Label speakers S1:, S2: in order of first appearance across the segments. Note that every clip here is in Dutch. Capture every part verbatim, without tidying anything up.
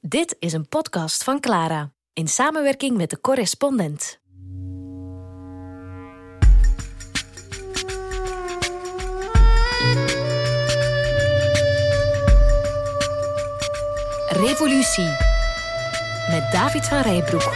S1: Dit is een podcast van Clara, in samenwerking met De Correspondent. Revolutie met David van Rijbroek.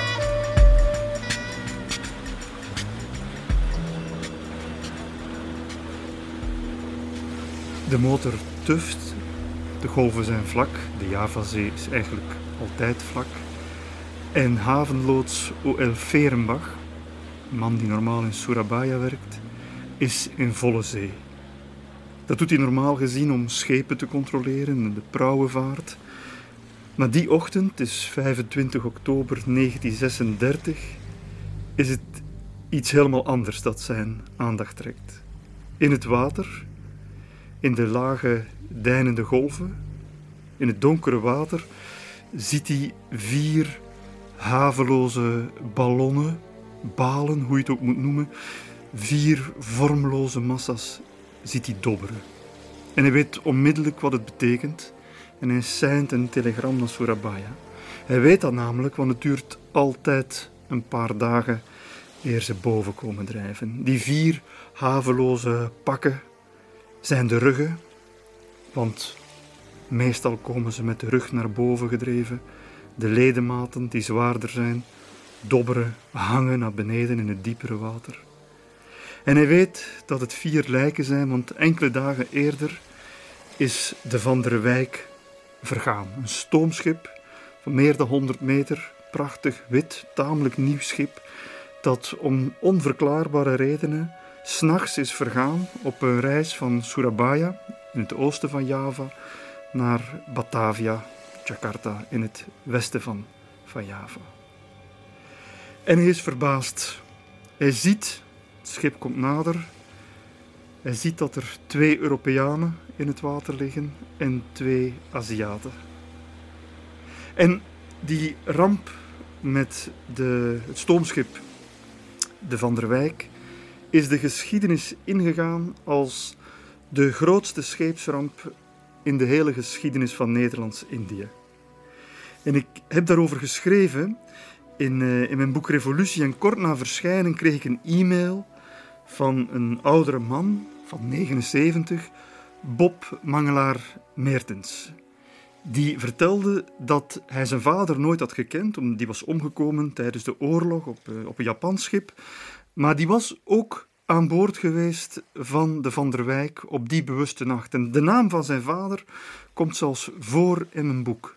S2: De motor tuft, de golven zijn vlak, de Javazee is eigenlijk altijd vlak. En havenloods O L Verenbach, een man die normaal in Surabaya werkt, is in volle zee. Dat doet hij normaal gezien om schepen te controleren en de prauwenvaart. Maar die ochtend, het is vijfentwintig oktober negentien zesendertig, is het iets helemaal anders dat zijn aandacht trekt. In het water, in de lage, deinende golven, in het donkere water, ziet hij vier haveloze ballonnen, balen, hoe je het ook moet noemen, vier vormloze massa's ziet hij dobberen. En hij weet onmiddellijk wat het betekent en hij seint een telegram naar Surabaya. Hij weet dat namelijk, want het duurt altijd een paar dagen eer ze boven komen drijven. Die vier haveloze pakken zijn de ruggen, want meestal komen ze met de rug naar boven gedreven. De ledematen, die zwaarder zijn, dobberen, hangen naar beneden in het diepere water. En hij weet dat het vier lijken zijn, want enkele dagen eerder is de Van der Wijk vergaan. Een stoomschip van meer dan honderd meter, prachtig wit, tamelijk nieuw schip, dat om onverklaarbare redenen 's nachts is vergaan op een reis van Surabaya, in het oosten van Java, naar Batavia, Jakarta, in het westen van, van Java. En hij is verbaasd. Hij ziet, het schip komt nader, hij ziet dat er twee Europeanen in het water liggen en twee Aziaten. En die ramp met de, het stoomschip de Van der Wijk is de geschiedenis ingegaan als de grootste scheepsramp in de hele geschiedenis van Nederlands-Indië. En ik heb daarover geschreven in, uh, in mijn boek Revolutie. En kort na verschijnen kreeg ik een e-mail van een oudere man van negenenzeventig, Bob Mangelaar-Meertens. Die vertelde dat hij zijn vader nooit had gekend, omdat die was omgekomen tijdens de oorlog op, uh, op een Japans schip. Maar die was ook aan boord geweest van de Van der Wijk op die bewuste nacht. En de naam van zijn vader komt zelfs voor in mijn boek.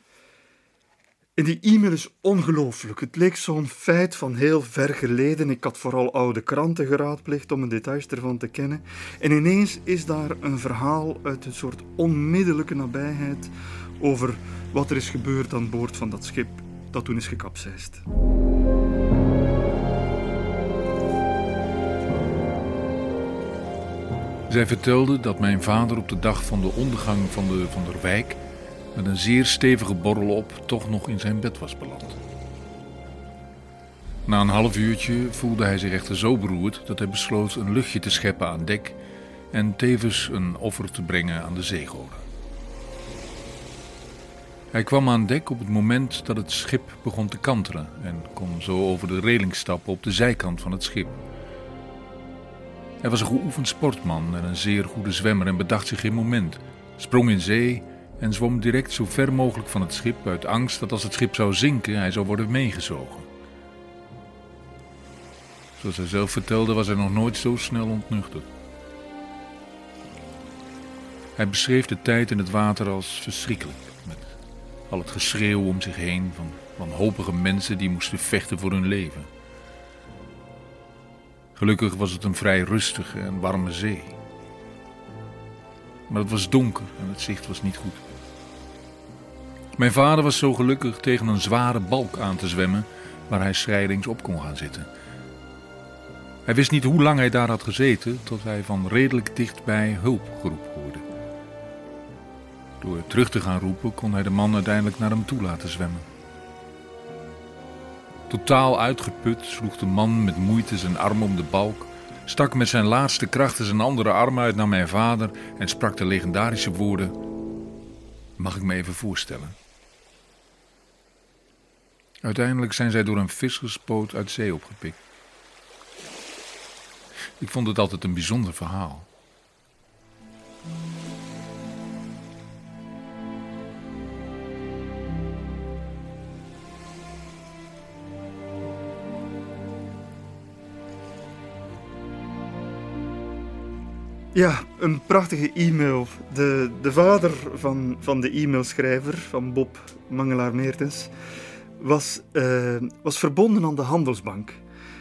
S2: En die e-mail is ongelooflijk. Het leek zo'n feit van heel ver geleden. Ik had vooral oude kranten geraadpleegd om de details ervan te kennen. En ineens is daar een verhaal uit een soort onmiddellijke nabijheid over wat er is gebeurd aan boord van dat schip dat toen is gekapseist.
S3: Zij vertelde dat mijn vader op de dag van de ondergang van de Van der Wijk met een zeer stevige borrel op toch nog in zijn bed was beland. Na een half uurtje voelde hij zich echter zo beroerd dat hij besloot een luchtje te scheppen aan dek en tevens een offer te brengen aan de zeegoden. Hij kwam aan dek op het moment dat het schip begon te kantelen en kon zo over de reling stappen op de zijkant van het schip. Hij was een geoefend sportman en een zeer goede zwemmer en bedacht zich geen moment, sprong in zee en zwom direct zo ver mogelijk van het schip uit angst dat als het schip zou zinken hij zou worden meegezogen. Zoals hij zelf vertelde was hij nog nooit zo snel ontnuchterd. Hij beschreef de tijd in het water als verschrikkelijk, met al het geschreeuw om zich heen van wanhopige mensen die moesten vechten voor hun leven. Gelukkig was het een vrij rustige en warme zee. Maar het was donker en het zicht was niet goed. Mijn vader was zo gelukkig tegen een zware balk aan te zwemmen waar hij schrijlings op kon gaan zitten. Hij wist niet hoe lang hij daar had gezeten tot hij van redelijk dichtbij hulp geroepen hoorde. Door terug te gaan roepen kon hij de man uiteindelijk naar hem toe laten zwemmen. Totaal uitgeput sloeg de man met moeite zijn arm om de balk, stak met zijn laatste krachten zijn andere arm uit naar mijn vader en sprak de legendarische woorden: Mag ik me even voorstellen? Uiteindelijk zijn zij door een vissersboot uit zee opgepikt. Ik vond het altijd een bijzonder verhaal.
S2: Ja, een prachtige e-mail. De, de vader van, van de e-mailschrijver, van Bob Mangelaar-Meertens, was, uh, was verbonden aan de Handelsbank.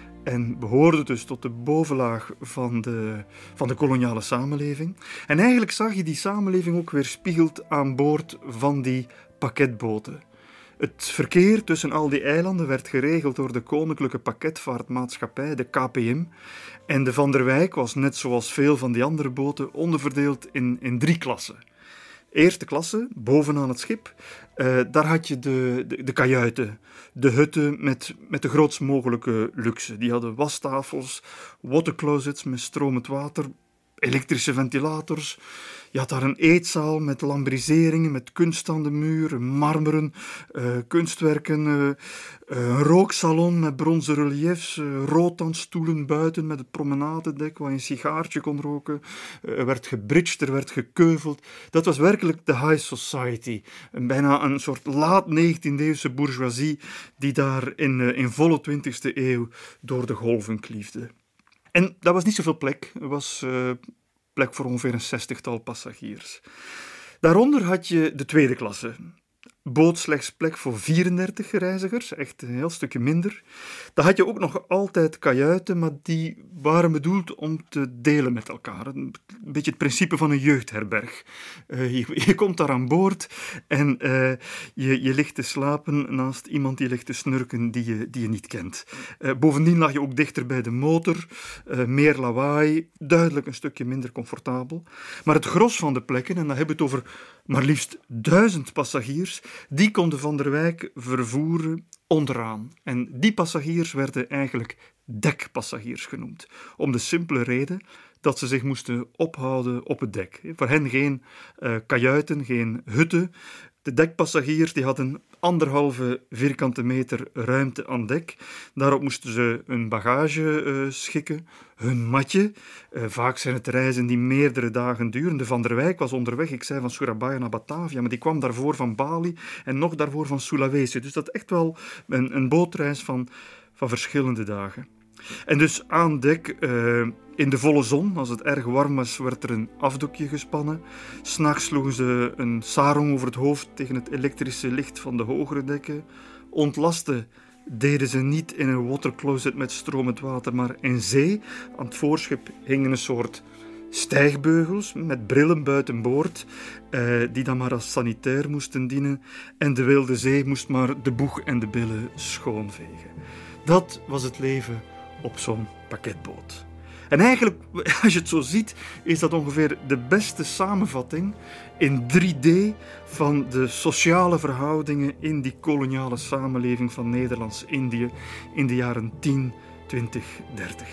S2: En behoorde dus tot de bovenlaag van de, van de koloniale samenleving. En eigenlijk zag je die samenleving ook weerspiegeld aan boord van die pakketboten. Het verkeer tussen al die eilanden werd geregeld door de Koninklijke Pakketvaartmaatschappij, de K P M. En de Van der Wijk was, net zoals veel van die andere boten, onderverdeeld in, in drie klassen. Eerste klasse, bovenaan het schip, uh, daar had je de, de, de kajuiten, de hutten met, met de grootst mogelijke luxe. Die hadden wastafels, waterclosets met stromend water, elektrische ventilators. Je had daar een eetzaal met lambriseringen, met kunst aan de muur, marmeren, uh, kunstwerken, uh, een rooksalon met bronzen reliefs, uh, roodtandstoelen buiten met het promenadedek waar je een sigaartje kon roken. Uh, er werd gebridged, er werd gekeuveld. Dat was werkelijk de high society. En bijna een soort laat negentiende-eeuwse bourgeoisie die daar in, uh, in volle twintigste eeuw door de golven kliefde. En dat was niet zoveel plek. Er was uh, plek voor ongeveer een zestigtal passagiers. Daaronder had je de tweede klasse. Bood slechts plek voor vierendertig reizigers, echt een heel stukje minder. Dan had je ook nog altijd kajuiten, maar die waren bedoeld om te delen met elkaar. Een beetje het principe van een jeugdherberg. Uh, je, je komt daar aan boord en uh, je, je ligt te slapen naast iemand die ligt te snurken die je, die je niet kent. Uh, bovendien lag je ook dichter bij de motor, uh, meer lawaai, duidelijk een stukje minder comfortabel. Maar het gros van de plekken, en dan hebben we het over maar liefst duizend passagiers, die konden Van der Wijk vervoeren onderaan. En die passagiers werden eigenlijk dekpassagiers genoemd. Om de simpele reden dat ze zich moesten ophouden op het dek. Voor hen geen uh, kajuiten, geen hutten. De dekpassagiers die hadden anderhalve vierkante meter ruimte aan dek. Daarop moesten ze hun bagage uh, schikken, hun matje. Uh, vaak zijn het reizen die meerdere dagen duren. De Van der Wijk was onderweg, ik zei van Surabaya naar Batavia, maar die kwam daarvoor van Bali en nog daarvoor van Sulawesi. Dus dat is echt wel een, een bootreis van, van verschillende dagen. En dus aan dek, uh, in de volle zon, als het erg warm was, werd er een afdoekje gespannen. 'S Nachts sloegen ze een sarong over het hoofd tegen het elektrische licht van de hogere dekken. Ontlasten deden ze niet in een watercloset met stromend water, maar in zee. Aan het voorschip hingen een soort stijgbeugels met brillen buiten boord, uh, die dan maar als sanitair moesten dienen. En de wilde zee moest maar de boeg en de billen schoonvegen. Dat was het leven op zo'n pakketboot. En eigenlijk, als je het zo ziet, is dat ongeveer de beste samenvatting in drie D van de sociale verhoudingen in die koloniale samenleving van Nederlands-Indië in de jaren tien, twintig, dertig.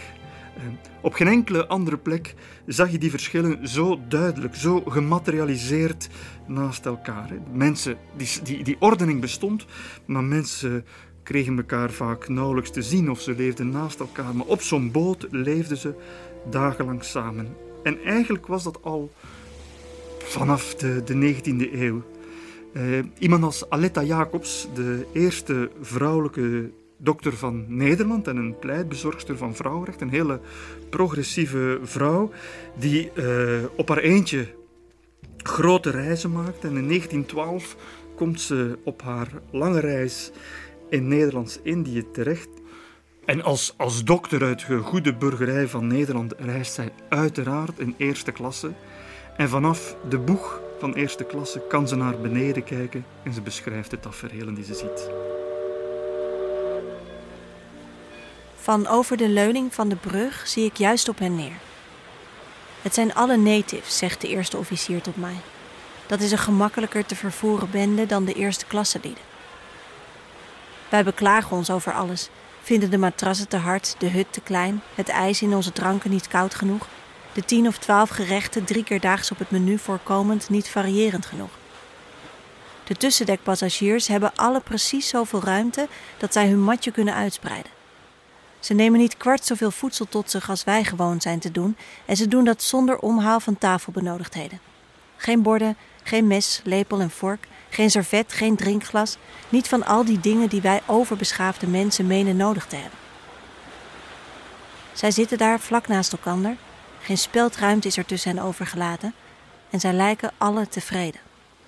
S2: Op geen enkele andere plek zag je die verschillen zo duidelijk, zo gematerialiseerd naast elkaar. Mensen, die, die, die ordening bestond, maar mensen kregen elkaar vaak nauwelijks te zien of ze leefden naast elkaar. Maar op zo'n boot leefden ze dagenlang samen. En eigenlijk was dat al vanaf de, de negentiende eeuw. Uh, iemand als Aletta Jacobs, de eerste vrouwelijke dokter van Nederland en een pleitbezorgster van vrouwenrecht, een hele progressieve vrouw, die uh, op haar eentje grote reizen maakt. En in negentien twaalf komt ze op haar lange reis in Nederlands-Indië terecht. En als, als dokter uit de goede burgerij van Nederland reist zij uiteraard in eerste klasse. En vanaf de boeg van eerste klasse kan ze naar beneden kijken en ze beschrijft de taferelen die ze ziet.
S4: Van over de leuning van de brug zie ik juist op hen neer. Het zijn alle natives, zegt de eerste officier tot mij. Dat is een gemakkelijker te vervoeren bende dan de eerste klasse lieden. Wij beklagen ons over alles, vinden de matrassen te hard, de hut te klein, het ijs in onze dranken niet koud genoeg, de tien of twaalf gerechten drie keer daags op het menu voorkomend niet variërend genoeg. De tussendekpassagiers hebben alle precies zoveel ruimte dat zij hun matje kunnen uitspreiden. Ze nemen niet kwart zoveel voedsel tot zich als wij gewoon zijn te doen en ze doen dat zonder omhaal van tafelbenodigdheden. Geen borden, geen mes, lepel en vork, geen servet, geen drinkglas, niet van al die dingen die wij overbeschaafde mensen menen nodig te hebben. Zij zitten daar vlak naast elkander, geen speldruimte is er tussen hen overgelaten en zij lijken alle tevreden.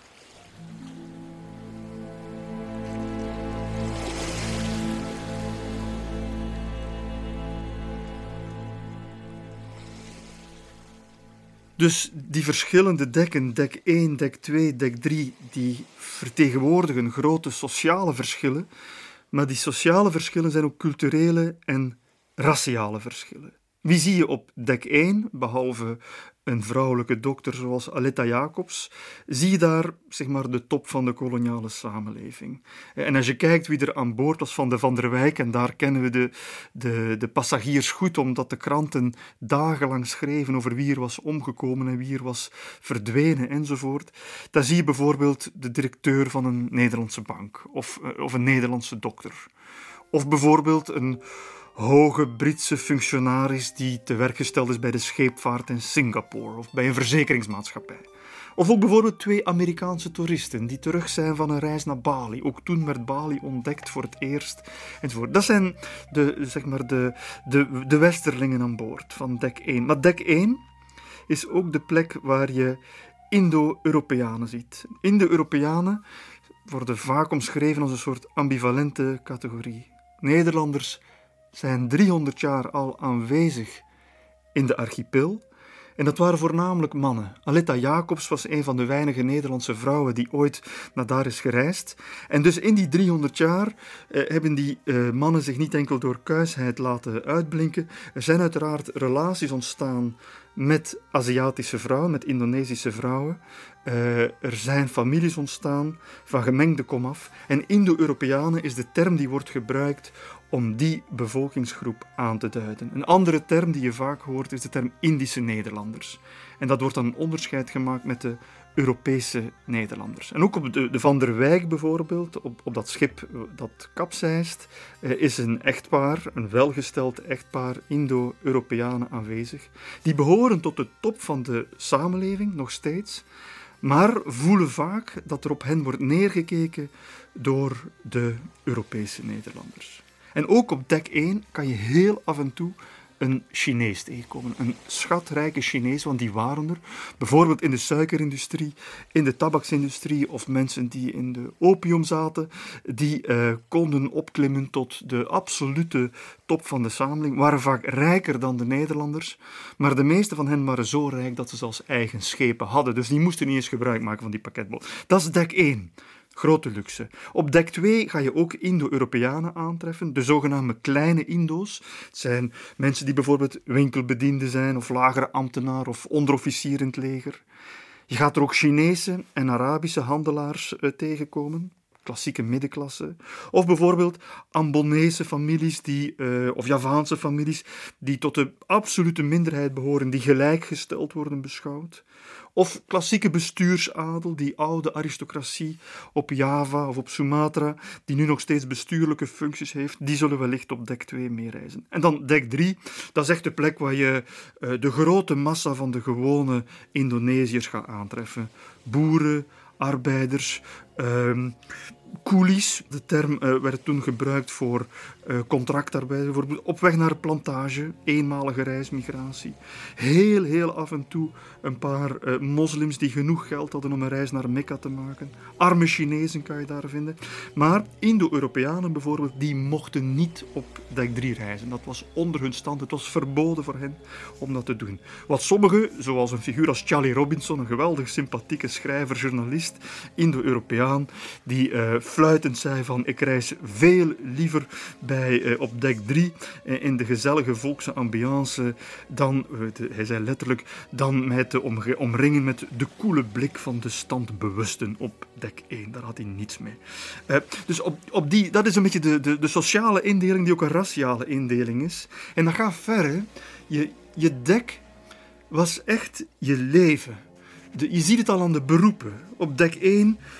S2: Dus die verschillende dekken, dek één, dek twee, dek drie, die vertegenwoordigen grote sociale verschillen, maar die sociale verschillen zijn ook culturele en raciale verschillen. Wie zie je op dek één, behalve een vrouwelijke dokter zoals Aletta Jacobs, zie je daar zeg maar, de top van de koloniale samenleving. En als je kijkt wie er aan boord was van de Van der Wijk, en daar kennen we de, de, de passagiers goed, omdat de kranten dagenlang schreven over wie er was omgekomen en wie er was verdwenen enzovoort, daar zie je bijvoorbeeld de directeur van een Nederlandse bank of, of een Nederlandse dokter. Of bijvoorbeeld een hoge Britse functionaris die te werk gesteld is bij de scheepvaart in Singapore of bij een verzekeringsmaatschappij. Of ook bijvoorbeeld twee Amerikaanse toeristen die terug zijn van een reis naar Bali. Ook toen werd Bali ontdekt voor het eerst. Enzovoort. Dat zijn de, zeg maar de, de, de westerlingen aan boord van dek één. Maar dek één is ook de plek waar je Indo-Europeanen ziet. Indo-Europeanen worden vaak omschreven als een soort ambivalente categorie. Nederlanders zijn driehonderd jaar al aanwezig in de archipel. En dat waren voornamelijk mannen. Aletta Jacobs was een van de weinige Nederlandse vrouwen die ooit naar daar is gereisd. En dus in die driehonderd jaar eh, hebben die eh, mannen zich niet enkel door kuisheid laten uitblinken. Er zijn uiteraard relaties ontstaan met Aziatische vrouwen, met Indonesische vrouwen. Uh, er zijn families ontstaan van gemengde komaf. En Indo-Europeanen is de term die wordt gebruikt om die bevolkingsgroep aan te duiden. Een andere term die je vaak hoort is de term Indische Nederlanders. En dat wordt dan een onderscheid gemaakt met de Europese Nederlanders. En ook op de, de Van der Wijk bijvoorbeeld, op, op dat schip dat kapseist, eh, is een echtpaar, een welgesteld echtpaar Indo-Europeanen aanwezig. Die behoren tot de top van de samenleving, nog steeds, maar voelen vaak dat er op hen wordt neergekeken door de Europese Nederlanders. En ook op dek één kan je heel af en toe een Chinees tegenkomen. Een schatrijke Chinees, want die waren er. Bijvoorbeeld in de suikerindustrie, in de tabaksindustrie of mensen die in de opium zaten, die uh, konden opklimmen tot de absolute top van de samenleving, waren vaak rijker dan de Nederlanders, maar de meeste van hen waren zo rijk dat ze zelfs eigen schepen hadden. Dus die moesten niet eens gebruik maken van die pakketboot. Dat is dek één. Grote luxe. Op dek twee ga je ook Indo-Europeanen aantreffen, de zogenaamde kleine Indo's. Het zijn mensen die bijvoorbeeld winkelbedienden zijn, of lagere ambtenaar, of onderofficier in het leger. Je gaat er ook Chinese en Arabische handelaars uh, tegenkomen, klassieke middenklasse. Of bijvoorbeeld Ambonese families, die, uh, of Javaanse families, die tot de absolute minderheid behoren, die gelijkgesteld worden beschouwd. Of klassieke bestuursadel, die oude aristocratie op Java of op Sumatra, die nu nog steeds bestuurlijke functies heeft, die zullen wellicht op dek twee meereizen. En dan dek drie, dat is echt de plek waar je uh, de grote massa van de gewone Indonesiërs gaat aantreffen. Boeren, arbeiders, uh, coolies, de term uh, werd toen gebruikt voor uh, contractarbeiders, bijvoorbeeld op weg naar plantage, eenmalige reismigratie. Heel, heel af en toe een paar uh, moslims die genoeg geld hadden om een reis naar Mekka te maken. Arme Chinezen kan je daar vinden. Maar Indo-Europeanen bijvoorbeeld, die mochten niet op dek drie reizen. Dat was onder hun stand, het was verboden voor hen om dat te doen. Wat sommigen, zoals een figuur als Charlie Robinson, een geweldig sympathieke schrijver, journalist, Indo-Europeaan, die uh, fluitend zei van ik reis veel liever bij, uh, op dek drie uh, in de gezellige volkse ambiance dan, uh, de, hij zei letterlijk, dan mij te omge- omringen met de koele blik van de standbewusten op dek één. Daar had hij niets mee. Uh, dus op, op die, dat is een beetje de, de, de sociale indeling die ook een raciale indeling is. En dat gaat ver, hè. Je, je dek was echt je leven. De, je ziet het al aan de beroepen. Op dek één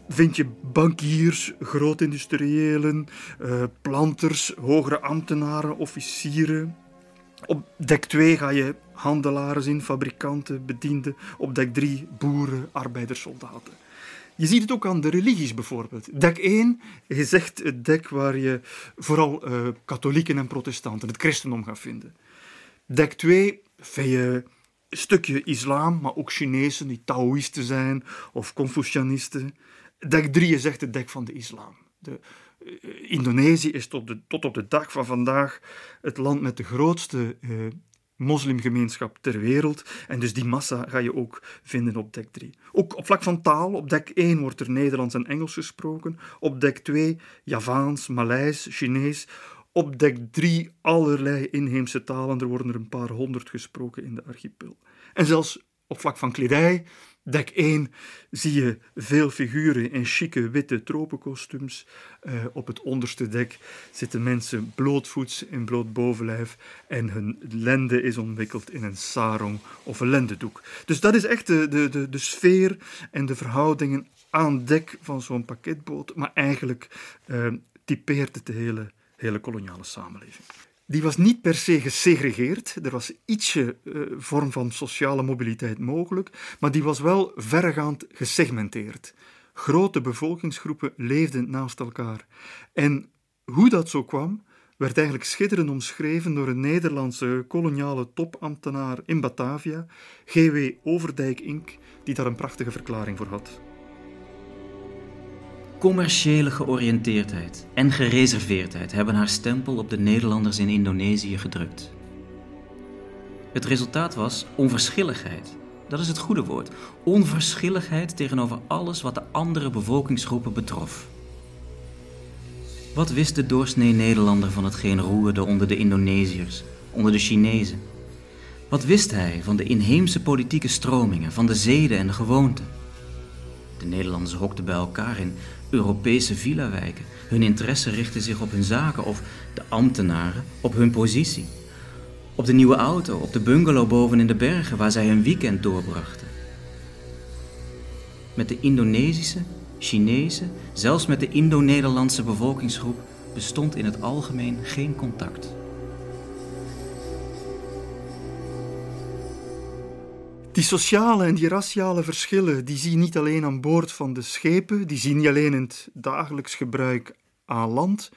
S2: vind je bankiers, grootindustriëlen, uh, planters, hogere ambtenaren, officieren. Op dek twee ga je handelaren in, fabrikanten, bedienden. Op dek drie boeren, arbeiders, soldaten. Je ziet het ook aan de religies bijvoorbeeld. Dek één is echt het dek waar je vooral uh, katholieken en protestanten, het christendom gaat vinden. Dek twee vind je een stukje islam, maar ook Chinezen die Taoïsten zijn of Confucianisten. Dek drie is echt het dek van de islam. De, uh, Indonesië is tot, de, tot op de dag van vandaag het land met de grootste uh, moslimgemeenschap ter wereld. En dus die massa ga je ook vinden op dek drie. Ook op vlak van taal. Op dek één wordt er Nederlands en Engels gesproken. Op dek twee Javaans, Maleis, Chinees. Op dek drie allerlei inheemse talen. Er worden er een paar honderd gesproken in de archipel. En zelfs op vlak van kledij. Dek één zie je veel figuren in chique witte tropenkostuums. Uh, op het onderste dek zitten mensen blootvoets in bloot bovenlijf en hun lende is omwikkeld in een sarong of een lendendoek. Dus dat is echt de, de, de, de sfeer en de verhoudingen aan dek van zo'n paketboot, maar eigenlijk uh, typeert het de hele, hele koloniale samenleving. Die was niet per se gesegregeerd. Er was ietsje uh, vorm van sociale mobiliteit mogelijk, maar die was wel verregaand gesegmenteerd. Grote bevolkingsgroepen leefden naast elkaar. En hoe dat zo kwam, werd eigenlijk schitterend omschreven door een Nederlandse koloniale topambtenaar in Batavia, G W Overdijk Inc, die daar een prachtige verklaring voor had.
S5: Commerciële georiënteerdheid en gereserveerdheid hebben haar stempel op de Nederlanders in Indonesië gedrukt. Het resultaat was onverschilligheid. Dat is het goede woord. Onverschilligheid tegenover alles wat de andere bevolkingsgroepen betrof. Wat wist de doorsnee Nederlander van hetgeen roerde onder de Indonesiërs, onder de Chinezen? Wat wist hij van de inheemse politieke stromingen, van de zeden en de gewoonten? De Nederlanders hokten bij elkaar in Europese villawijken. Hun interesse richtte zich op hun zaken of de ambtenaren op hun positie. Op de nieuwe auto, op de bungalow boven in de bergen waar zij hun weekend doorbrachten. Met de Indonesische, Chinese, zelfs met de Indo-Nederlandse bevolkingsgroep bestond in het algemeen geen contact.
S2: Die sociale en die raciale verschillen, die zie je niet alleen aan boord van de schepen, die zie je niet alleen in het dagelijks gebruik aan land.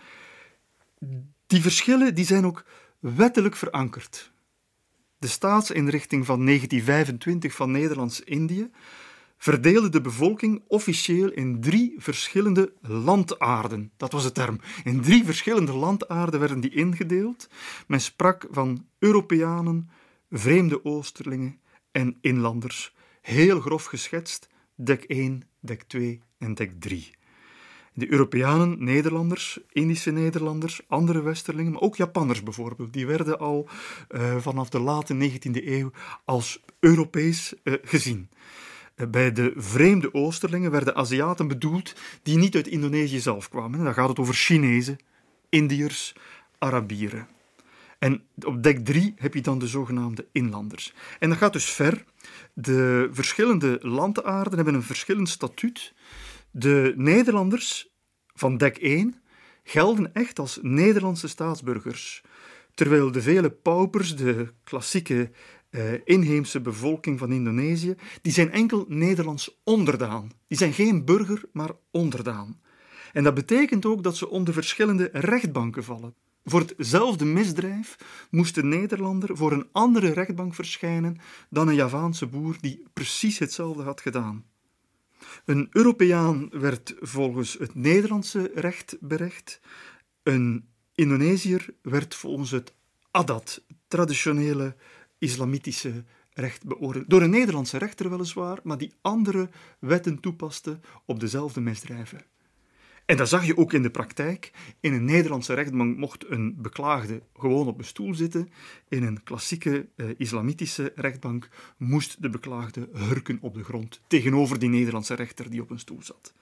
S2: Die verschillen die zijn ook wettelijk verankerd. De staatsinrichting van negentien vijfentwintig van Nederlands-Indië verdeelde de bevolking officieel in drie verschillende landaarden. Dat was de term. In drie verschillende landaarden werden die ingedeeld. Men sprak van Europeanen, vreemde Oosterlingen en inlanders. Heel grof geschetst, dek één, dek twee en dek drie. De Europeanen, Nederlanders, Indische Nederlanders, andere Westerlingen, maar ook Japanners bijvoorbeeld, die werden al uh, vanaf de late negentiende eeuw als Europees uh, gezien. Uh, bij de vreemde Oosterlingen werden Aziaten bedoeld die niet uit Indonesië zelf kwamen. Dan gaat het over Chinezen, Indiërs, Arabieren. En op dek drie heb je dan de zogenaamde inlanders. En dat gaat dus ver. De verschillende landaarden hebben een verschillend statuut. De Nederlanders van dek één gelden echt als Nederlandse staatsburgers, terwijl de vele paupers, de klassieke uh, inheemse bevolking van Indonesië, die zijn enkel Nederlands onderdaan. Die zijn geen burger, maar onderdaan. En dat betekent ook dat ze onder verschillende rechtbanken vallen. Voor hetzelfde misdrijf moest de Nederlander voor een andere rechtbank verschijnen dan een Javaanse boer die precies hetzelfde had gedaan. Een Europeaan werd volgens het Nederlandse recht berecht. Een Indonesiër werd volgens het adat, traditionele islamitische recht, beoordeeld. Door een Nederlandse rechter weliswaar, maar die andere wetten toepaste op dezelfde misdrijven. En dat zag je ook in de praktijk. In een Nederlandse rechtbank mocht een beklaagde gewoon op een stoel zitten. In een klassieke eh, islamitische rechtbank moest de beklaagde hurken op de grond tegenover die Nederlandse rechter die op een stoel zat.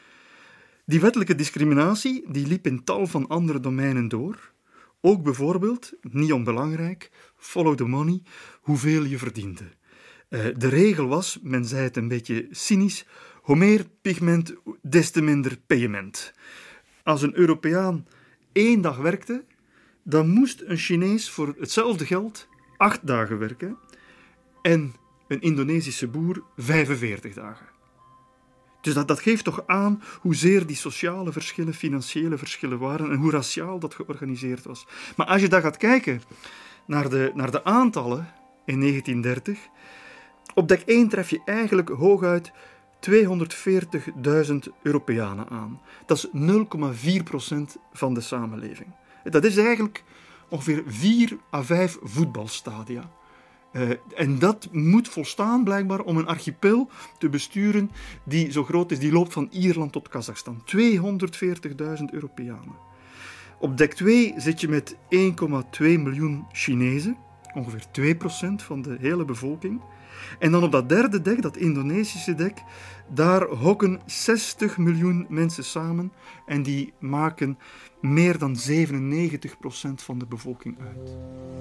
S2: Die wettelijke discriminatie die liep in tal van andere domeinen door. Ook bijvoorbeeld, niet onbelangrijk, follow the money, hoeveel je verdiende. Uh, de regel was, men zei het een beetje cynisch, Hoe meer pigment, des te minder payement. Als een Europeaan één dag werkte, dan moest een Chinees voor hetzelfde geld acht dagen werken en een Indonesische boer vijfenveertig dagen. Dus dat, dat geeft toch aan hoezeer die sociale verschillen, financiële verschillen waren en hoe raciaal dat georganiseerd was. Maar als je dan gaat kijken naar de, naar de aantallen in negentien dertig, op dek één tref je eigenlijk hooguit tweehonderdveertigduizend Europeanen aan. Dat is nul komma vier procent van de samenleving. Dat is eigenlijk ongeveer vier à vijf voetbalstadia. Uh, en dat moet volstaan blijkbaar om een archipel te besturen die zo groot is, die loopt van Ierland tot Kazachstan. tweehonderdveertigduizend Europeanen. Op dek twee zit je met één komma twee miljoen Chinezen, ongeveer twee procent van de hele bevolking. En dan op dat derde dek, dat Indonesische dek, daar hokken zestig miljoen mensen samen en die maken meer dan zevenennegentig procent van de bevolking uit.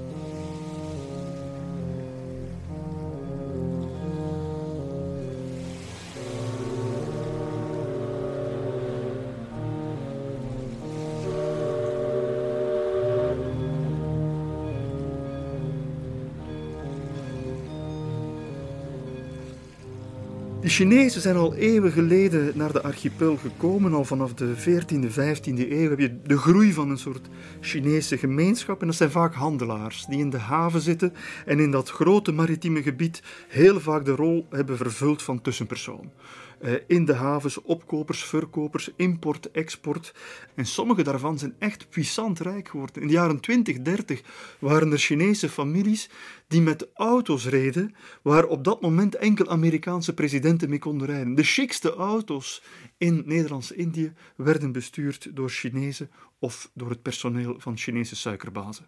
S2: De Chinezen zijn al eeuwen geleden naar de archipel gekomen. Al vanaf de veertiende, vijftiende eeuw heb je de groei van een soort Chinese gemeenschap. En dat zijn vaak handelaars die in de haven zitten en in dat grote maritieme gebied heel vaak de rol hebben vervuld van tussenpersoon. Uh, in de havens, opkopers, verkopers, import, export. En sommige daarvan zijn echt puissant rijk geworden. In de jaren twintig, dertig waren er Chinese families die met auto's reden waar op dat moment enkel Amerikaanse presidenten mee konden rijden. De chicste auto's in Nederlands-Indië werden bestuurd door Chinezen of door het personeel van Chinese suikerbazen.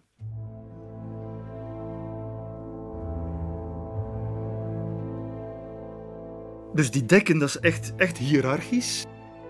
S2: Dus die dekken, dat is echt, echt hiërarchisch.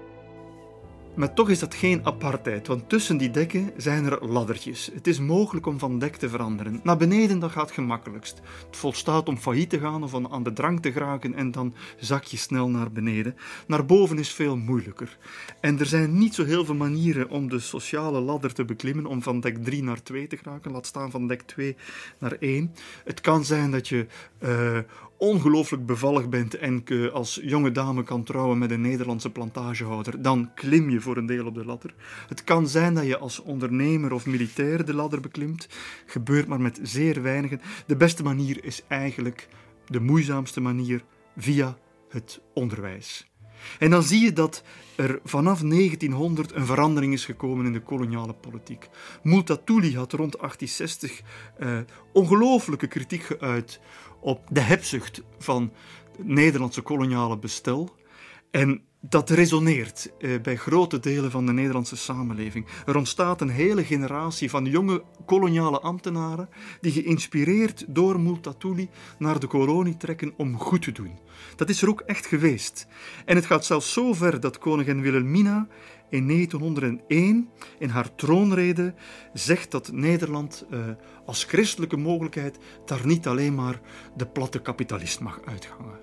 S2: Maar toch is dat geen apartheid, want tussen die dekken zijn er laddertjes. Het is mogelijk om van dek te veranderen. Naar beneden, dat gaat gemakkelijkst. Het volstaat om failliet te gaan of aan de drank te geraken en dan zak je snel naar beneden. Naar boven is veel moeilijker. En er zijn niet zo heel veel manieren om de sociale ladder te beklimmen, om van dek drie naar twee te geraken, laat staan van dek twee naar één. Het kan zijn dat je Uh, ongelooflijk bevallig bent en je als jonge dame kan trouwen met een Nederlandse plantagehouder, dan klim je voor een deel op de ladder. Het kan zijn dat je als ondernemer of militair de ladder beklimt. Gebeurt maar met zeer weinigen. De beste manier is eigenlijk de moeizaamste manier via het onderwijs. En dan zie je dat er vanaf negentienhonderd een verandering is gekomen in de koloniale politiek. Multatuli had rond achttienzestig uh, ongelooflijke kritiek geuit op de hebzucht van het Nederlandse koloniale bestel. En dat resoneert eh, bij grote delen van de Nederlandse samenleving. Er ontstaat een hele generatie van jonge koloniale ambtenaren die geïnspireerd door Multatuli naar de kolonie trekken om goed te doen. Dat is er ook echt geweest. En het gaat zelfs zo ver dat koningin Wilhelmina in negentienhonderdéén in haar troonrede zegt dat Nederland uh, als christelijke mogelijkheid daar niet alleen maar de platte kapitalist mag uitgangen.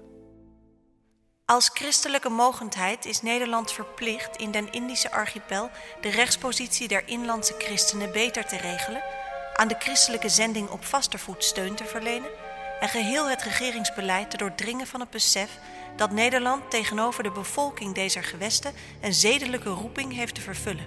S4: Als christelijke mogendheid is Nederland verplicht in den Indische archipel de rechtspositie der inlandse christenen beter te regelen, aan de christelijke zending op vaste voet steun te verlenen en geheel het regeringsbeleid te doordringen van het besef dat Nederland tegenover de bevolking deze gewesten een zedelijke roeping heeft te vervullen.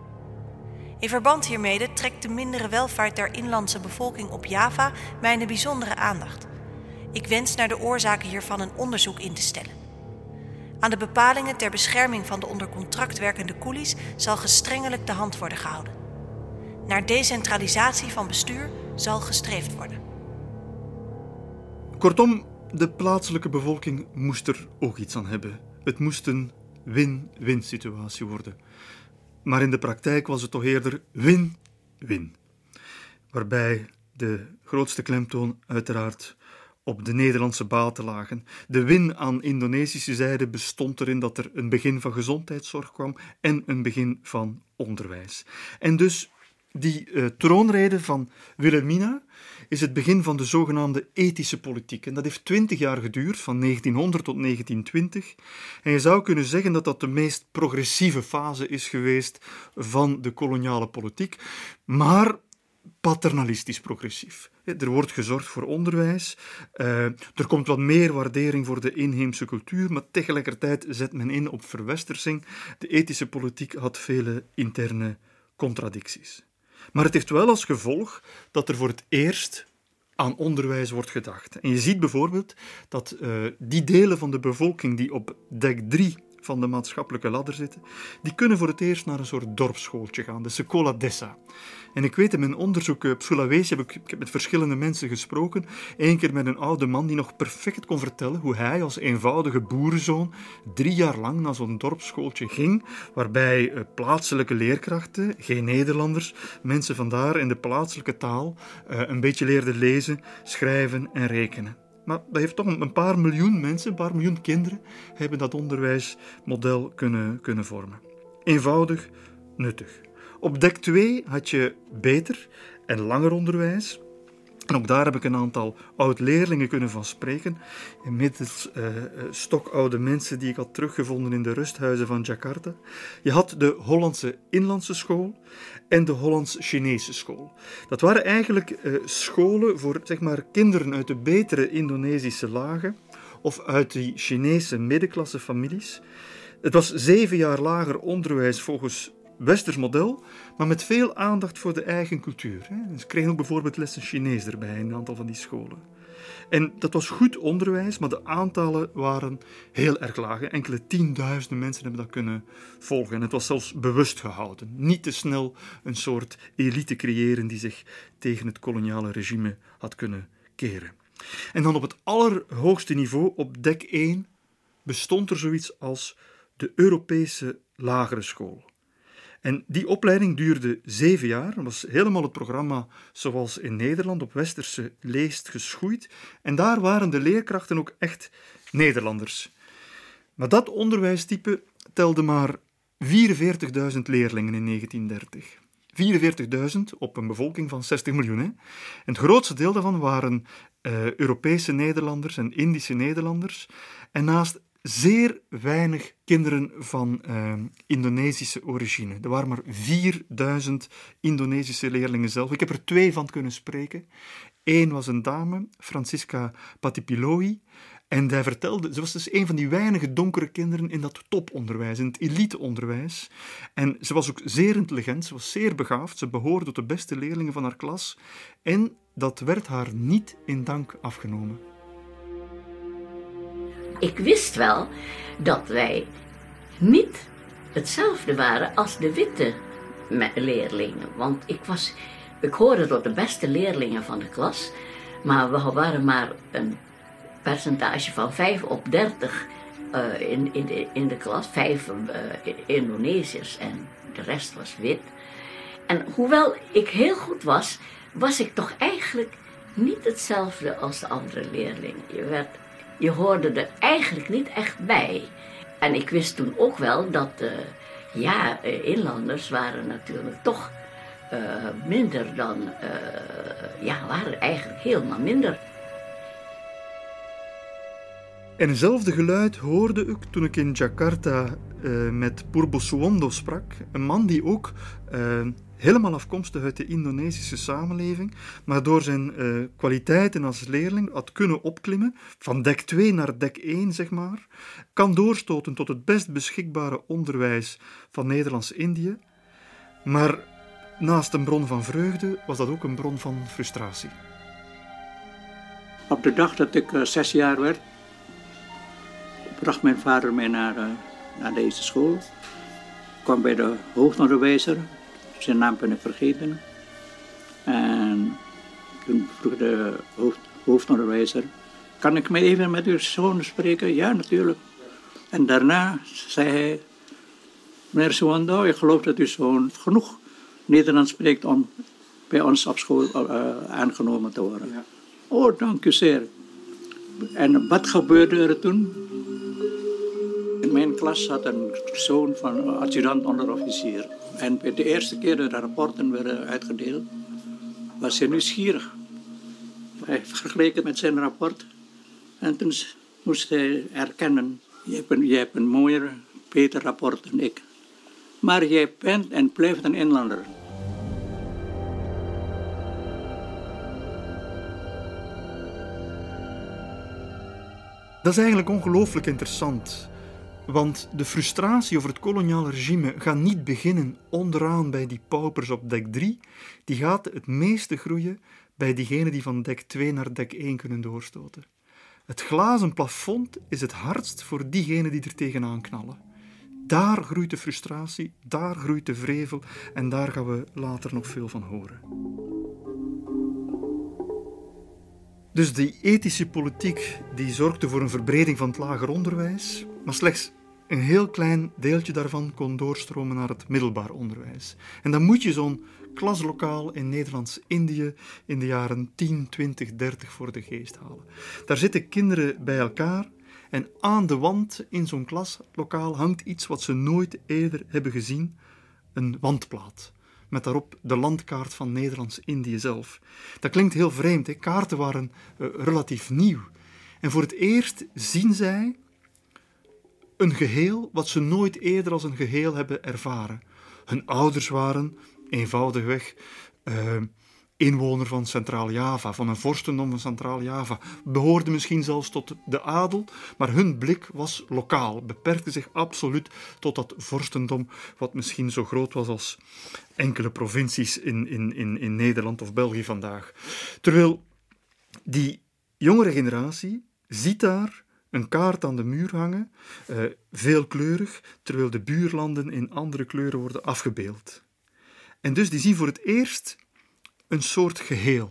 S4: In verband hiermee trekt de mindere welvaart der inlandse bevolking op Java mijn bijzondere aandacht. Ik wens naar de oorzaken hiervan een onderzoek in te stellen. Aan de bepalingen ter bescherming van de onder contract werkende koelies zal gestrengelijk de hand worden gehouden. Naar decentralisatie van bestuur zal gestreefd worden.
S2: Kortom, de plaatselijke bevolking moest er ook iets aan hebben. Het moest een win-win situatie worden. Maar in de praktijk was het toch eerder win-win. Waarbij de grootste klemtoon uiteraard op de Nederlandse baten lagen. De win aan Indonesische zijde bestond erin dat er een begin van gezondheidszorg kwam en een begin van onderwijs. En dus Die uh, troonrede van Wilhelmina is het begin van de zogenaamde ethische politiek. En dat heeft twintig jaar geduurd, van negentienhonderd tot negentien twintig. En je zou kunnen zeggen dat dat de meest progressieve fase is geweest van de koloniale politiek, maar paternalistisch progressief. Er wordt gezorgd voor onderwijs, uh, er komt wat meer waardering voor de inheemse cultuur, maar tegelijkertijd zet men in op verwestersing. De ethische politiek had vele interne contradicties. Maar het heeft wel als gevolg dat er voor het eerst aan onderwijs wordt gedacht. En je ziet bijvoorbeeld dat uh, die delen van de bevolking die op dek drie van de maatschappelijke ladder zitten, die kunnen voor het eerst naar een soort dorpsschooltje gaan, de Scuola Dessa. En ik weet in mijn onderzoek op Sulawesi, heb ik, ik heb met verschillende mensen gesproken, één keer met een oude man die nog perfect kon vertellen hoe hij als eenvoudige boerenzoon drie jaar lang naar zo'n dorpsschooltje ging, waarbij uh, plaatselijke leerkrachten, geen Nederlanders, mensen vandaar in de plaatselijke taal uh, een beetje leerden lezen, schrijven en rekenen. Maar dat heeft toch een paar miljoen mensen, een paar miljoen kinderen, hebben dat onderwijsmodel kunnen, kunnen vormen. Eenvoudig, nuttig. Op dek twee had je beter en langer onderwijs. En ook daar heb ik een aantal oud-leerlingen kunnen van spreken. Inmiddels uh, stokoude mensen die ik had teruggevonden in de rusthuizen van Jakarta. Je had de Hollandse Inlandse School en de Hollands-Chinese School. Dat waren eigenlijk uh, scholen voor zeg maar, kinderen uit de betere Indonesische lagen of uit die Chinese middenklasse families. Het was zeven jaar lager onderwijs volgens westers model, maar met veel aandacht voor de eigen cultuur. Ze kregen ook bijvoorbeeld lessen Chinees erbij in een aantal van die scholen. En dat was goed onderwijs, maar de aantallen waren heel erg laag. Enkele tienduizenden mensen hebben dat kunnen volgen. En het was zelfs bewust gehouden. Niet te snel een soort elite creëren die zich tegen het koloniale regime had kunnen keren. En dan op het allerhoogste niveau, op dek één, bestond er zoiets als de Europese lagere school. En die opleiding duurde zeven jaar. Dat was helemaal het programma zoals in Nederland op westerse leest geschoeid. En daar waren de leerkrachten ook echt Nederlanders. Maar dat onderwijstype telde maar vierenveertigduizend leerlingen in negentien dertig. vierenveertigduizend op een bevolking van zestig miljoen. Hè? En het grootste deel daarvan waren uh, Europese Nederlanders en Indische Nederlanders. En naast zeer weinig kinderen van uh, Indonesische origine. Er waren maar vierduizend Indonesische leerlingen zelf. Ik heb er twee van kunnen spreken. Eén was een dame, Francisca Patipiloi. En zij vertelde, ze was dus een van die weinige donkere kinderen in dat toponderwijs, in het eliteonderwijs. En ze was ook zeer intelligent, ze was zeer begaafd, ze behoorde tot de beste leerlingen van haar klas. En dat werd haar niet in dank afgenomen.
S6: Ik wist wel dat wij niet hetzelfde waren als de witte leerlingen. Want ik, was, ik hoorde tot de beste leerlingen van de klas. Maar we waren maar een percentage van vijf op dertig uh, in, in, de, in de klas. Vijf uh, Indonesiërs en de rest was wit. En hoewel ik heel goed was, was ik toch eigenlijk niet hetzelfde als de andere leerlingen. Je werd... Je hoorde er eigenlijk niet echt bij. En ik wist toen ook wel dat uh, ja, uh, inlanders waren natuurlijk toch uh, minder dan... Uh, ja, waren eigenlijk helemaal minder.
S2: En hetzelfde geluid hoorde ik toen ik in Jakarta uh, met Purbo Suwondo sprak. Een man die ook... Uh, helemaal afkomstig uit de Indonesische samenleving, maar door zijn uh, kwaliteiten als leerling had kunnen opklimmen, van dek twee naar dek één, zeg maar, kan doorstoten tot het best beschikbare onderwijs van Nederlands-Indië. Maar naast een bron van vreugde was dat ook een bron van frustratie.
S7: Op de dag dat ik uh, zes jaar werd, bracht mijn vader mij naar, uh, naar deze school. Ik kwam bij de hoofdonderwijzer. Zijn naam ben ik vergeten. En toen vroeg de hoofd, hoofdonderwijzer, kan ik mij even met uw zoon spreken? Ja, natuurlijk. En daarna zei hij, meneer Suwondo, ik geloof dat uw zoon genoeg Nederlands spreekt om bij ons op school uh, aangenomen te worden. Ja. Oh, dank u zeer. En wat gebeurde er toen? In mijn klas zat een zoon van adjudant onderofficier. En bij de eerste keer dat de rapporten werden uitgedeeld, was hij nieuwsgierig. Hij vergeleek het met zijn rapport. En toen moest hij erkennen, je hebt een, je hebt een mooier, beter rapport dan ik. Maar jij bent en blijft een inlander.
S2: Dat is eigenlijk ongelooflijk interessant. Want de frustratie over het koloniale regime gaat niet beginnen onderaan bij die paupers op dek drie. Die gaat het meeste groeien bij diegenen die van dek twee naar dek één kunnen doorstoten. Het glazen plafond is het hardst voor diegenen die er tegenaan knallen. Daar groeit de frustratie, daar groeit de vrevel en daar gaan we later nog veel van horen. Dus die ethische politiek die zorgde voor een verbreding van het lager onderwijs, maar slechts een heel klein deeltje daarvan kon doorstromen naar het middelbaar onderwijs. En dan moet je zo'n klaslokaal in Nederlands-Indië in de jaren tien, twintig, dertig voor de geest halen. Daar zitten kinderen bij elkaar en aan de wand in zo'n klaslokaal hangt iets wat ze nooit eerder hebben gezien, een wandplaat. Met daarop de landkaart van Nederlands-Indië zelf. Dat klinkt heel vreemd, hè? Kaarten waren uh, relatief nieuw. En voor het eerst zien zij een geheel wat ze nooit eerder als een geheel hebben ervaren. Hun ouders waren eenvoudigweg uh, inwoner van Centraal-Java, van een vorstendom van Centraal-Java. Behoorden misschien zelfs tot de adel, maar hun blik was lokaal, beperkte zich absoluut tot dat vorstendom, wat misschien zo groot was als enkele provincies in, in, in, in Nederland of België vandaag. Terwijl die jongere generatie ziet daar een kaart aan de muur hangen, uh, veelkleurig, terwijl de buurlanden in andere kleuren worden afgebeeld. En dus die zien voor het eerst een soort geheel.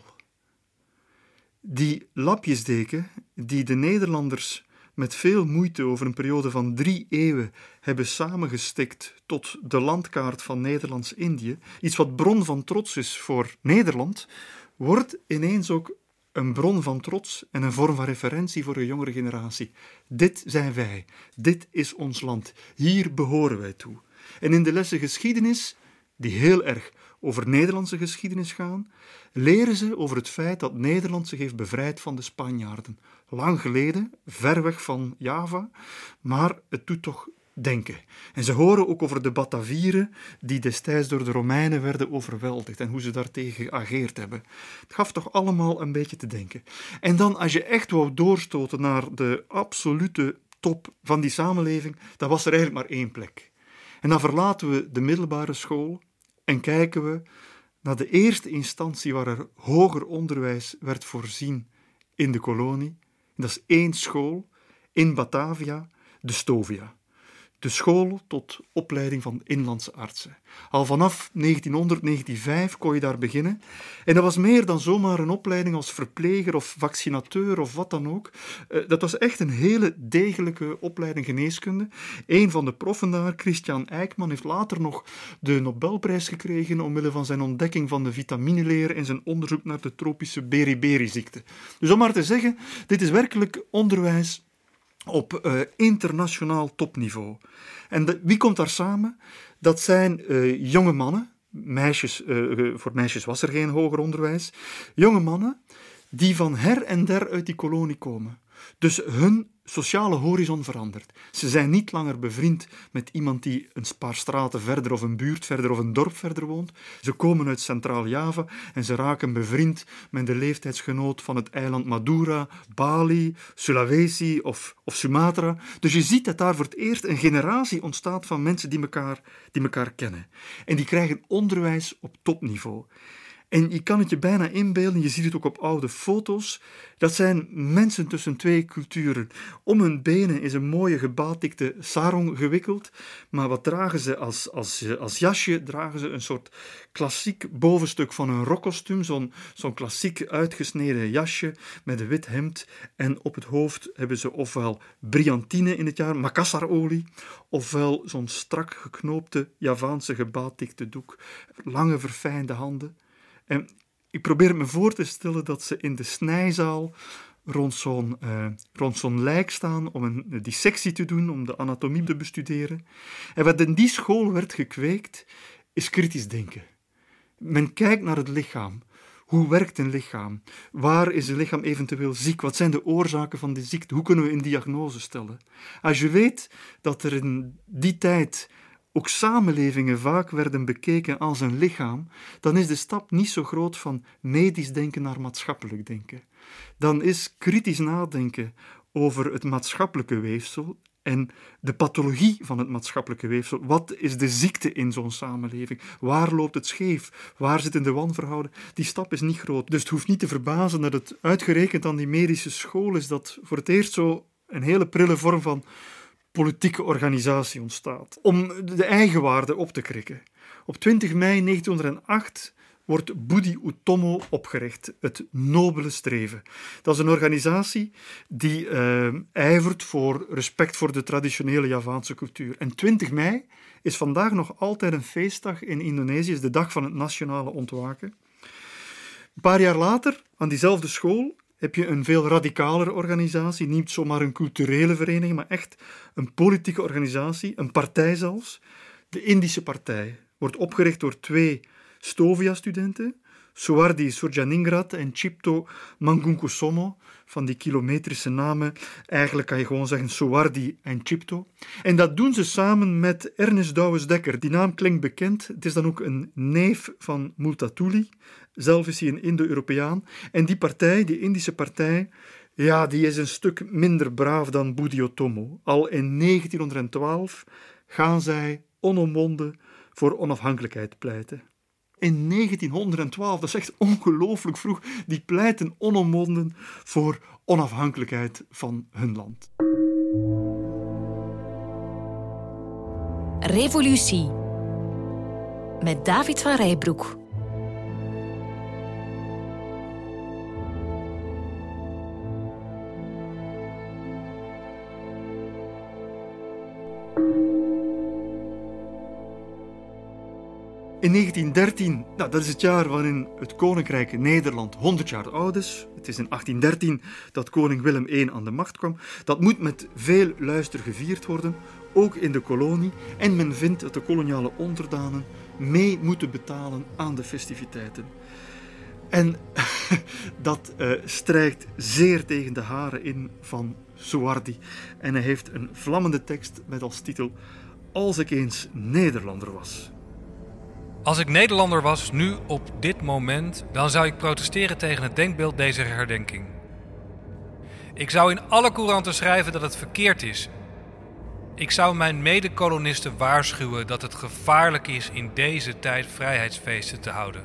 S2: Die lapjesdeken die de Nederlanders met veel moeite over een periode van drie eeuwen hebben samengestikt tot de landkaart van Nederlands-Indië, iets wat bron van trots is voor Nederland, wordt ineens ook een bron van trots en een vorm van referentie voor een jongere generatie. Dit zijn wij, dit is ons land, hier behoren wij toe. En in de lessen geschiedenis, die heel erg over Nederlandse geschiedenis gaan, leren ze over het feit dat Nederland zich heeft bevrijd van de Spanjaarden. Lang geleden, ver weg van Java, maar het doet toch denken. En ze horen ook over de Batavieren die destijds door de Romeinen werden overweldigd en hoe ze daartegen geageerd hebben. Het gaf toch allemaal een beetje te denken. En dan, als je echt wou doorstoten naar de absolute top van die samenleving, dan was er eigenlijk maar één plek. En dan verlaten we de middelbare school en kijken we naar de eerste instantie waar er hoger onderwijs werd voorzien in de kolonie. En dat is één school in Batavia, de Stovia. De school tot opleiding van inlandse artsen. Al vanaf negentienhonderd, negentienhonderdvijf kon je daar beginnen. En dat was meer dan zomaar een opleiding als verpleger of vaccinateur of wat dan ook. Dat was echt een hele degelijke opleiding geneeskunde. Een van de proffen daar, Christian Eijkman, heeft later nog de Nobelprijs gekregen omwille van zijn ontdekking van de vitamineleer en zijn onderzoek naar de tropische beriberi-ziekte. Dus om maar te zeggen, dit is werkelijk onderwijs op uh, internationaal topniveau. En de, wie komt daar samen? Dat zijn uh, jonge mannen, meisjes, uh, voor meisjes was er geen hoger onderwijs, jonge mannen die van her en der uit die kolonie komen. Dus hun sociale horizon verandert. Ze zijn niet langer bevriend met iemand die een paar straten verder of een buurt verder of een dorp verder woont. Ze komen uit Centraal-Java en ze raken bevriend met de leeftijdsgenoot van het eiland Madura, Bali, Sulawesi of, of Sumatra. Dus je ziet dat daar voor het eerst een generatie ontstaat van mensen die elkaar, die elkaar kennen. En die krijgen onderwijs op topniveau. En je kan het je bijna inbeelden, je ziet het ook op oude foto's. Dat zijn mensen tussen twee culturen. Om hun benen is een mooie gebatikte sarong gewikkeld. Maar wat dragen ze als, als, als jasje? Dragen ze een soort klassiek bovenstuk van een rokkostuum. Zo'n, zo'n klassiek uitgesneden jasje met een wit hemd. En op het hoofd hebben ze ofwel brilantine in het jaar, Makassar-olie. Ofwel zo'n strak geknoopte Javaanse gebatikte doek. Lange verfijnde handen. En ik probeer me voor te stellen dat ze in de snijzaal rond zo'n, uh, rond zo'n lijk staan om een, een dissectie te doen, om de anatomie te bestuderen. En wat in die school werd gekweekt, is kritisch denken. Men kijkt naar het lichaam. Hoe werkt een lichaam? Waar is een lichaam eventueel ziek? Wat zijn de oorzaken van die ziekte? Hoe kunnen we een diagnose stellen? Als je weet dat er in die tijd ook samenlevingen vaak werden bekeken als een lichaam, dan is de stap niet zo groot van medisch denken naar maatschappelijk denken. Dan is kritisch nadenken over het maatschappelijke weefsel en de pathologie van het maatschappelijke weefsel. Wat is de ziekte in zo'n samenleving? Waar loopt het scheef? Waar zitten de wanverhouden? Die stap is niet groot. Dus het hoeft niet te verbazen dat het uitgerekend aan die medische school is dat voor het eerst zo een hele prille vorm van politieke organisatie ontstaat. Om de eigenwaarde op te krikken. Op twintig mei negentienhonderdacht wordt Budi Utomo opgericht, het nobele streven. Dat is een organisatie die uh, ijvert voor respect voor de traditionele Javaanse cultuur. En twintig mei is vandaag nog altijd een feestdag in Indonesië, is de dag van het nationale ontwaken. Een paar jaar later, aan diezelfde school, heb je een veel radicalere organisatie, niet zomaar een culturele vereniging, maar echt een politieke organisatie, een partij zelfs. De Indische Partij wordt opgericht door twee Stovia-studenten, Soehardi Surjaningrat en Cipto Mangunkusumo, van die kilometrische namen. Eigenlijk kan je gewoon zeggen Soehardi en Cipto. En dat doen ze samen met Ernest Douwes-Dekker. Die naam klinkt bekend. Het is dan ook een neef van Multatuli. Zelf is hij een Indo-Europeaan. En die partij, die Indische partij, ja, die is een stuk minder braaf dan Budi Utomo. Al in negentienhonderdtwaalf gaan zij onomwonden voor onafhankelijkheid pleiten. In negentienhonderdtwaalf, dat is echt ongelooflijk vroeg, die pleiten onomwonden voor onafhankelijkheid van hun land.
S1: Revolutie met David van Rijbroek.
S2: In negentiendertien, nou, dat is het jaar waarin het Koninkrijk Nederland honderd jaar oud is. Het is in achttiendertien dat koning Willem de Eerste aan de macht kwam. Dat moet met veel luister gevierd worden, ook in de kolonie. En men vindt dat de koloniale onderdanen mee moeten betalen aan de festiviteiten. En dat uh, strijkt zeer tegen de haren in van Soehardi. En hij heeft een vlammende tekst met als titel Als ik eens Nederlander was.
S8: Als ik Nederlander was, nu op dit moment, dan zou ik protesteren tegen het denkbeeld deze herdenking. Ik zou in alle couranten schrijven dat het verkeerd is. Ik zou mijn mede-kolonisten waarschuwen dat het gevaarlijk is in deze tijd vrijheidsfeesten te houden.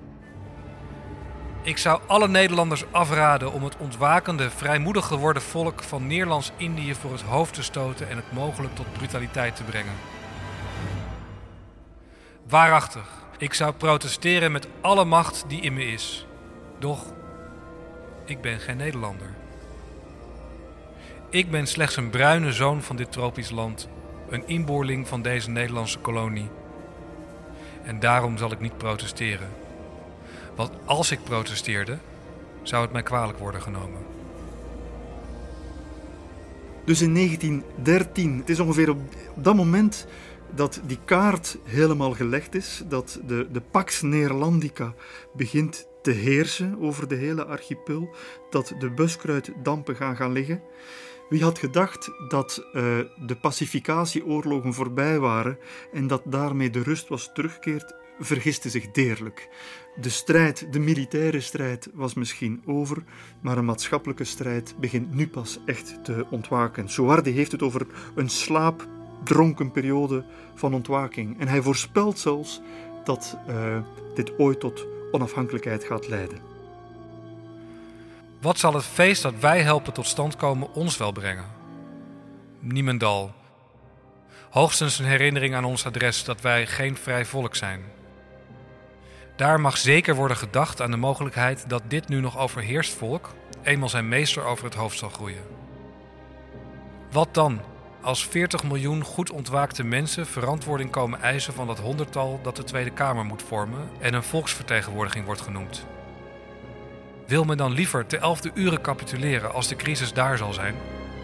S8: Ik zou alle Nederlanders afraden om het ontwakende, vrijmoedig geworden volk van Neerlands-Indië voor het hoofd te stoten en het mogelijk tot brutaliteit te brengen. Waarachtig, ik zou protesteren met alle macht die in me is. Doch, ik ben geen Nederlander. Ik ben slechts een bruine zoon van dit tropisch land, een inboorling van deze Nederlandse kolonie. En daarom zal ik niet protesteren. Want als ik protesteerde, zou het mij kwalijk worden genomen.
S2: Dus in negentien dertien, het is ongeveer op dat moment dat die kaart helemaal gelegd is, dat de, de Pax Neerlandica begint te heersen over de hele archipel, dat de buskruiddampen gaan gaan liggen. Wie had gedacht dat uh, de pacificatieoorlogen voorbij waren en dat daarmee de rust was teruggekeerd, vergiste zich deerlijk. De strijd, de militaire strijd, was misschien over, maar een maatschappelijke strijd begint nu pas echt te ontwaken. Soehardi heeft het over een slaapdronken periode van ontwaking. En hij voorspelt zelfs dat uh, dit ooit tot onafhankelijkheid gaat leiden.
S8: Wat zal het feest dat wij helpen tot stand komen ons wel brengen? Niemendal. Hoogstens een herinnering aan ons adres dat wij geen vrij volk zijn. Daar mag zeker worden gedacht aan de mogelijkheid dat dit nu nog overheerst volk eenmaal zijn meester over het hoofd zal groeien. Wat dan als veertig miljoen goed ontwaakte mensen verantwoording komen eisen van dat honderdtal dat de Tweede Kamer moet vormen en een volksvertegenwoordiging wordt genoemd? Wil men dan liever te elfde uren capituleren als de crisis daar zal zijn?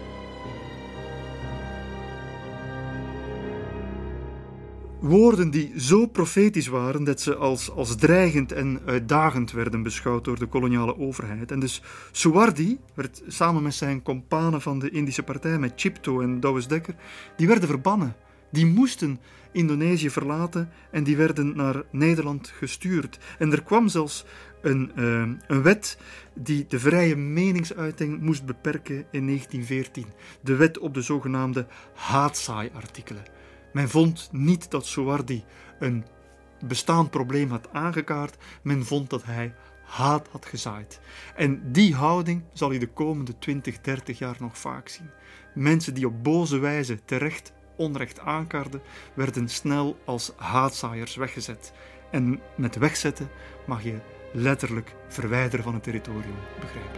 S2: Woorden die zo profetisch waren dat ze als, als dreigend en uitdagend werden beschouwd door de koloniale overheid. En dus Suwardi werd samen met zijn companen van de Indische partij, met Chipto en Douwes Dekker, die werden verbannen. Die moesten Indonesië verlaten en die werden naar Nederland gestuurd. En er kwam zelfs een, uh, een wet die de vrije meningsuiting moest beperken in negentien veertien. De wet op de zogenaamde haatzaai-artikelen. Men vond niet dat Suwardi een bestaand probleem had aangekaart. Men vond dat hij haat had gezaaid. En die houding zal je de komende twintig, dertig jaar nog vaak zien. Mensen die op boze wijze terecht onrecht aankaarden, werden snel als haatzaaiers weggezet. En met wegzetten mag je letterlijk verwijderen van het territorium begrijpen.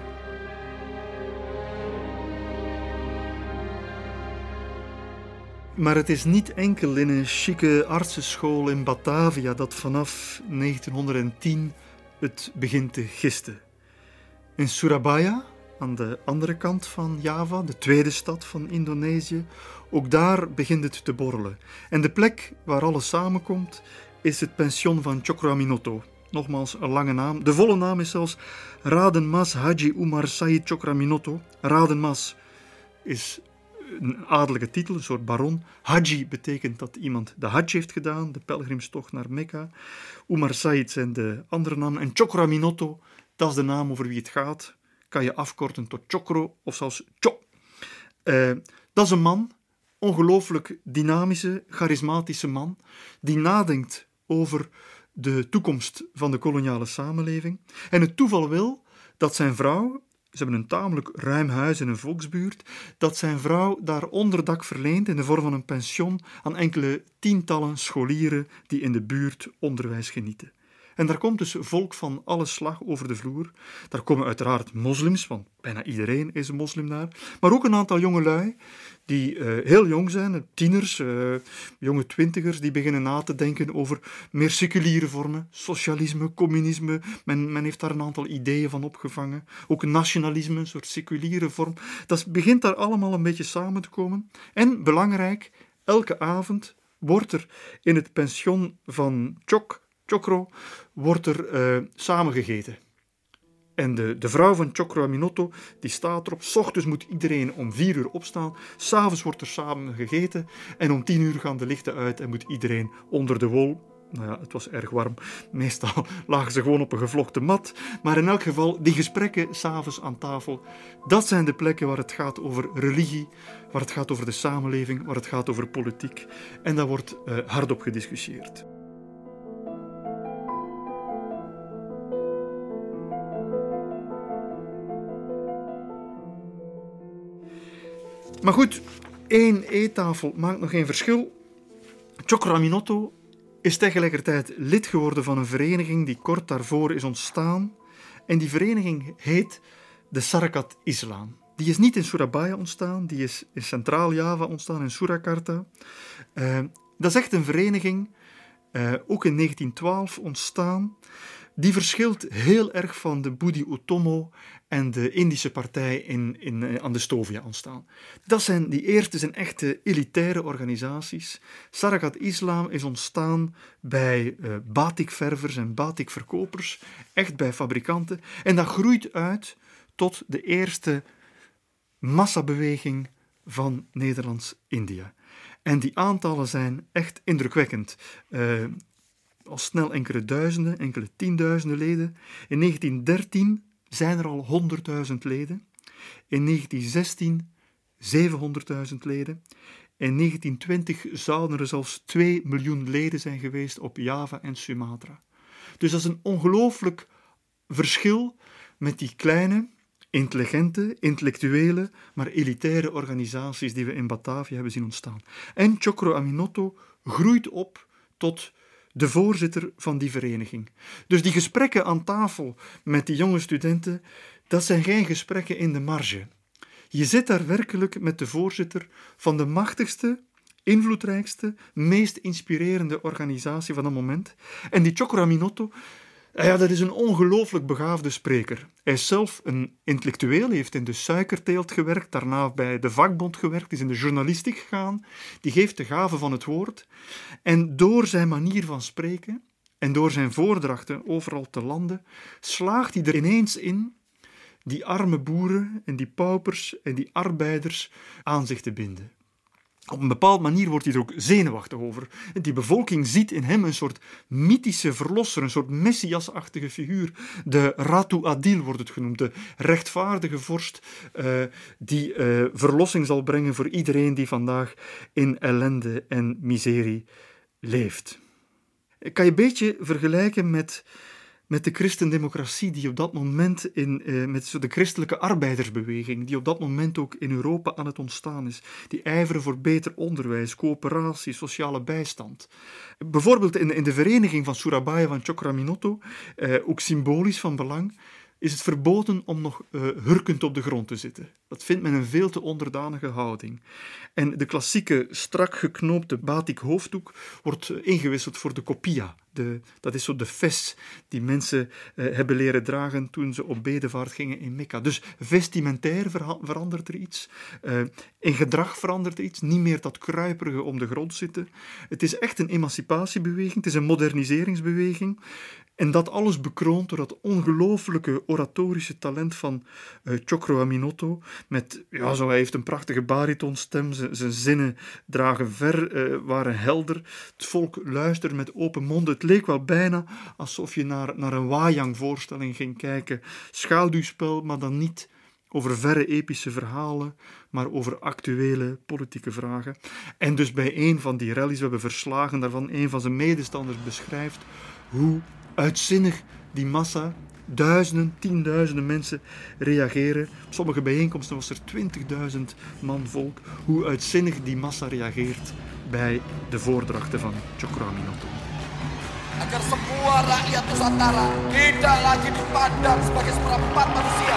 S2: Maar het is niet enkel in een chique artsenschool in Batavia dat vanaf negentienhonderdtien het begint te gisten. In Surabaya, aan de andere kant van Java, de tweede stad van Indonesië, ook daar begint het te borrelen. En de plek waar alles samenkomt is het pension van Cokroaminoto. Nogmaals, een lange naam. De volle naam is zelfs Raden Mas Haji Umar Said Cokroaminoto. Raden Mas is een adellijke titel, een soort baron. Haji betekent dat iemand de Hajj heeft gedaan, de pelgrimstocht naar Mekka. Umar Said zijn de andere namen. En Cokroaminoto, dat is de naam over wie het gaat. Kan je afkorten tot Chokro of zelfs Cho. Uh, dat is een man, ongelooflijk dynamische, charismatische man, die nadenkt over de toekomst van de koloniale samenleving. En het toeval wil dat zijn vrouw, ze hebben een tamelijk ruim huis in een volksbuurt, dat zijn vrouw daar onderdak verleent in de vorm van een pension aan enkele tientallen scholieren die in de buurt onderwijs genieten. En daar komt dus volk van alle slag over de vloer. Daar komen uiteraard moslims, want bijna iedereen is een moslim daar. Maar ook een aantal jongelui die uh, heel jong zijn, tieners, uh, jonge twintigers, die beginnen na te denken over meer seculiere vormen, socialisme, communisme. Men, men heeft daar een aantal ideeën van opgevangen. Ook nationalisme, een soort seculiere vorm. Dat begint daar allemaal een beetje samen te komen. En belangrijk, elke avond wordt er in het pension van Chok, Chokro, wordt er uh, samengegeten. En de, de vrouw van Cokroaminoto, die staat erop. 's Ochtends moet iedereen om vier uur opstaan. 's Avonds wordt er samen gegeten. En om tien uur gaan de lichten uit en moet iedereen onder de wol. Nou ja, het was erg warm. Meestal lagen ze gewoon op een gevlochten mat. Maar in elk geval, die gesprekken 's avonds aan tafel, dat zijn de plekken waar het gaat over religie, waar het gaat over de samenleving, waar het gaat over politiek. En daar wordt uh, hardop gediscussieerd. Maar goed, één eettafel maakt nog geen verschil. Cokroaminoto is tegelijkertijd lid geworden van een vereniging die kort daarvoor is ontstaan. En die vereniging heet de Sarakat Islam. Die is niet in Surabaya ontstaan, die is in Centraal-Java ontstaan, in Surakarta. Uh, dat is echt een vereniging, uh, ook in negentien twaalf ontstaan. Die verschilt heel erg van de Budi Utomo en de Indische partij in, in, aan de Stovia ontstaan. Dat zijn, die eerste zijn echte elitaire organisaties. Sarakat Islam is ontstaan bij uh, batikververs en batikverkopers, echt bij fabrikanten. En dat groeit uit tot de eerste massabeweging van Nederlands-Indië. En die aantallen zijn echt indrukwekkend. Uh, al snel enkele duizenden, enkele tienduizenden leden. In negentien dertien zijn er al honderdduizend leden. In negentien zestien zevenhonderdduizend leden. In negentien twintig zouden er zelfs twee miljoen leden zijn geweest op Java en Sumatra. Dus dat is een ongelooflijk verschil met die kleine, intelligente, intellectuele, maar elitaire organisaties die we in Batavia hebben zien ontstaan. En Cokroaminoto groeit op tot de voorzitter van die vereniging. Dus die gesprekken aan tafel met die jonge studenten, dat zijn geen gesprekken in de marge. Je zit daar werkelijk met de voorzitter van de machtigste, invloedrijkste, meest inspirerende organisatie van dat moment. En die Cokroaminoto, Ja, dat is een ongelooflijk begaafde spreker. Hij is zelf een intellectueel, heeft in de suikerteelt gewerkt, daarna bij de vakbond gewerkt, is in de journalistiek gegaan. Die geeft de gave van het woord. En door zijn manier van spreken en door zijn voordrachten overal te landen, slaagt hij er ineens in die arme boeren en die paupers en die arbeiders aan zich te binden. Op een bepaalde manier wordt hij er ook zenuwachtig over. Die bevolking ziet in hem een soort mythische verlosser, een soort messiasachtige figuur. De Ratu Adil wordt het genoemd, de rechtvaardige vorst uh, die uh, verlossing zal brengen voor iedereen die vandaag in ellende en miserie leeft. Ik kan je een beetje vergelijken met... met de christendemocratie die op dat moment in, eh, met de christelijke arbeidersbeweging, die op dat moment ook in Europa aan het ontstaan is. Die ijveren voor beter onderwijs, coöperatie, sociale bijstand. Bijvoorbeeld in, in de vereniging van Surabaya van Cokroaminoto, eh, ook symbolisch van belang, is het verboden om nog uh, hurkend op de grond te zitten. Dat vindt men een veel te onderdanige houding. En de klassieke strak geknoopte batik hoofddoek wordt uh, ingewisseld voor de kopia. De, dat is zo de fes die mensen uh, hebben leren dragen toen ze op bedevaart gingen in Mekka. Dus vestimentair verha- verandert er iets. Uh, in gedrag verandert er iets. Niet meer dat kruiperige om de grond zitten. Het is echt een emancipatiebeweging. Het is een moderniseringsbeweging. En dat alles bekroond door dat ongelooflijke oratorische talent van uh, Cokroaminoto. Met, ja, zo, hij heeft een prachtige baritonstem, z- zijn zinnen dragen ver, uh, waren helder. Het volk luisterde met open mond. Het leek wel bijna alsof je naar, naar een wajang-voorstelling ging kijken. Schaduwspel, maar dan niet over verre epische verhalen, maar over actuele politieke vragen. En dus bij een van die rallies, we hebben verslagen daarvan, een van zijn medestanders beschrijft hoe uitzinnig die massa, duizenden, tienduizenden mensen reageren. Op sommige bijeenkomsten was er twintigduizend man volk. Hoe uitzinnig die massa reageert bij de voordrachten van Cokroaminoto.
S9: Agar semua rakyat Nusantara tidak lagi dipandang sebagai seperempat manusia.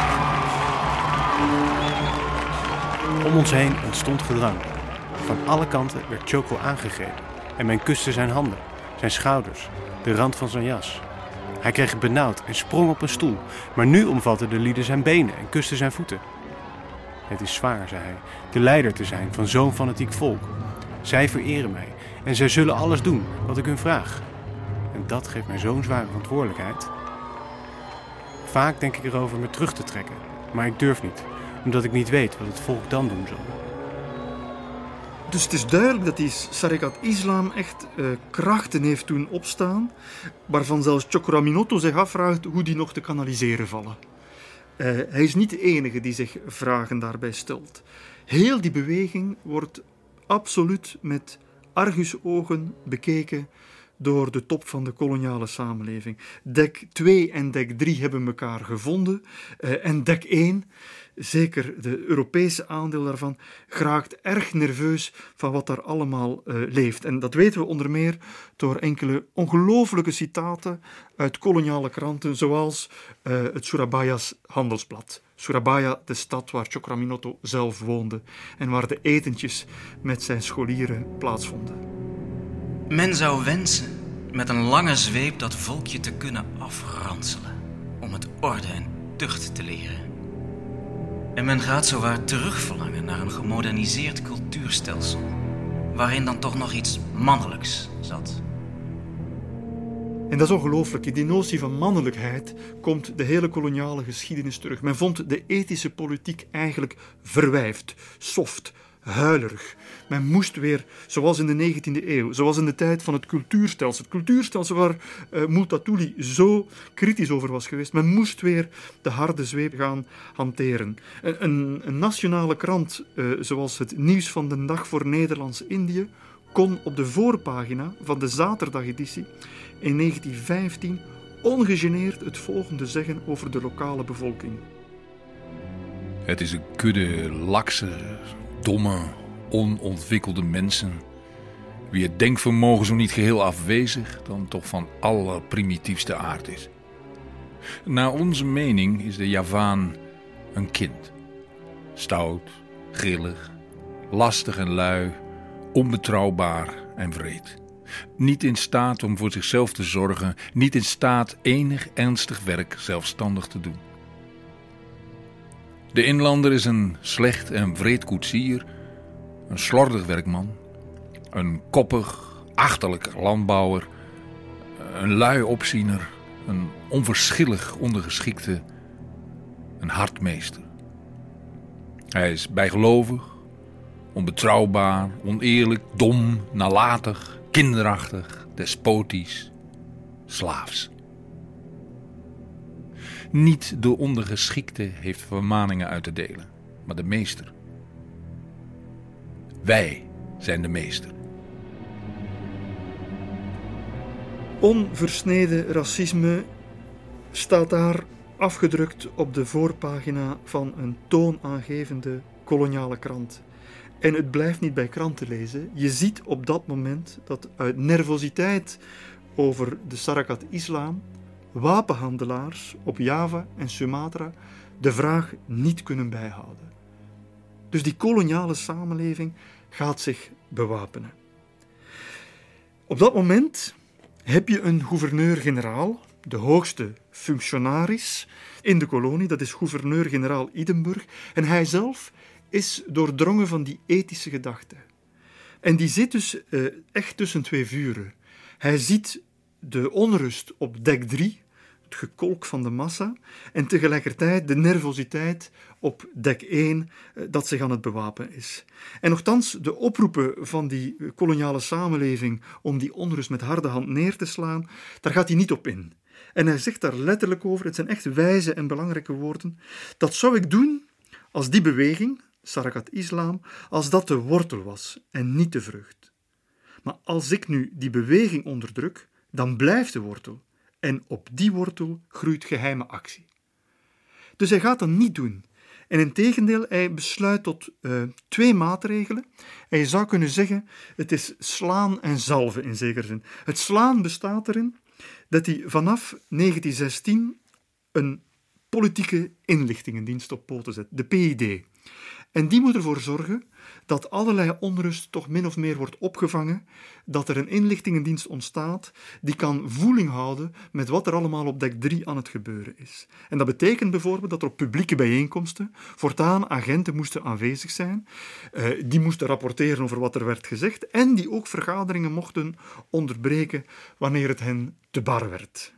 S10: Om ons heen ontstond gedrang. Van alle kanten werd Choco aangegrepen en men kuste zijn handen, zijn schouders, de rand van zijn jas. Hij kreeg het benauwd en sprong op een stoel, maar nu omvatten de lieden zijn benen en kusten zijn voeten. Het is zwaar, zei hij, de leider te zijn van zo'n fanatiek volk. Zij vereren mij en zij zullen alles doen wat ik hun vraag. En dat geeft mij zo'n zware verantwoordelijkheid. Vaak denk ik erover me terug te trekken, maar ik durf niet, omdat ik niet weet wat het volk dan doen zal.
S2: Dus het is duidelijk dat die Sarekat Islam echt uh, krachten heeft doen opstaan, waarvan zelfs Cokroaminoto zich afvraagt hoe die nog te kanaliseren vallen. Uh, hij is niet de enige die zich vragen daarbij stelt. Heel die beweging wordt absoluut met argusogen bekeken door de top van de koloniale samenleving. Dek twee en dek drie hebben elkaar gevonden uh, en dek één, zeker de Europese aandeel daarvan, geraakt erg nerveus van wat daar allemaal uh, leeft. En dat weten we onder meer door enkele ongelooflijke citaten uit koloniale kranten, zoals uh, het Surabaya's Handelsblad. Surabaya, de stad waar Cokroaminoto zelf woonde en waar de etentjes met zijn scholieren plaatsvonden.
S5: Men zou wensen met een lange zweep dat volkje te kunnen afranselen, om het orde en tucht te leren. En men gaat zowaar terugverlangen naar een gemoderniseerd cultuurstelsel, waarin dan toch nog iets mannelijks zat.
S2: En dat is ongelooflijk. In die notie van mannelijkheid komt de hele koloniale geschiedenis terug. Men vond de ethische politiek eigenlijk verwijfd, soft, huilerig. Men moest weer, zoals in de negentiende eeuw, zoals in de tijd van het cultuurstelsel, het cultuurstelsel waar uh, Multatuli zo kritisch over was geweest, men moest weer de harde zweep gaan hanteren. Een, een, een nationale krant, uh, zoals het Nieuws van de Dag voor Nederlands-Indië, kon op de voorpagina van de zaterdageditie in negentien vijftien ongegeneerd het volgende zeggen over de lokale bevolking.
S3: Het is een kudde, lakse, domme, onontwikkelde mensen, wie het denkvermogen zo niet geheel afwezig, dan toch van allerprimitiefste aard is. Naar onze mening is de Javaan een kind. Stout, grillig, lastig en lui, onbetrouwbaar en wreed. Niet in staat om voor zichzelf te zorgen, niet in staat enig ernstig werk zelfstandig te doen. De inlander is een slecht en wreed koetsier, een slordig werkman, een koppig, achterlijk landbouwer, een lui opziener, een onverschillig ondergeschikte, een hartmeester. Hij is bijgelovig, onbetrouwbaar, oneerlijk, dom, nalatig, kinderachtig, despotisch, slaafs. Niet de ondergeschikte heeft vermaningen uit te delen, maar de meester. Wij zijn de meester.
S2: Onversneden racisme staat daar afgedrukt op de voorpagina van een toonaangevende koloniale krant. En het blijft niet bij kranten lezen. Je ziet op dat moment dat uit nervositeit over de Sarakat Islam wapenhandelaars op Java en Sumatra de vraag niet kunnen bijhouden. Dus die koloniale samenleving gaat zich bewapenen. Op dat moment heb je een gouverneur-generaal, de hoogste functionaris in de kolonie, dat is gouverneur-generaal Idenburg, en hij zelf is doordrongen van die ethische gedachte. En die zit dus uh, echt tussen twee vuren. Hij ziet de onrust op dek drie, het gekolk van de massa, en tegelijkertijd de nervositeit op dek één uh, dat zich aan het bewapenen is. En nochtans, de oproepen van die koloniale samenleving om die onrust met harde hand neer te slaan, daar gaat hij niet op in. En hij zegt daar letterlijk over, het zijn echt wijze en belangrijke woorden, dat zou ik doen als die beweging, Sarakat Islam, als dat de wortel was en niet de vrucht. Maar als ik nu die beweging onderdruk, dan blijft de wortel. En op die wortel groeit geheime actie. Dus hij gaat dat niet doen. En integendeel, hij besluit tot uh, twee maatregelen. En je zou kunnen zeggen, het is slaan en zalven in zekere zin. Het slaan bestaat erin dat hij vanaf negentien zestien een politieke inlichtingendienst op poten zet, de P I D. En die moet ervoor zorgen dat allerlei onrust toch min of meer wordt opgevangen, dat er een inlichtingendienst ontstaat die kan voeling houden met wat er allemaal op dek drie aan het gebeuren is. En dat betekent bijvoorbeeld dat er op publieke bijeenkomsten voortaan agenten moesten aanwezig zijn, uh, die moesten rapporteren over wat er werd gezegd en die ook vergaderingen mochten onderbreken wanneer het hen te bar werd.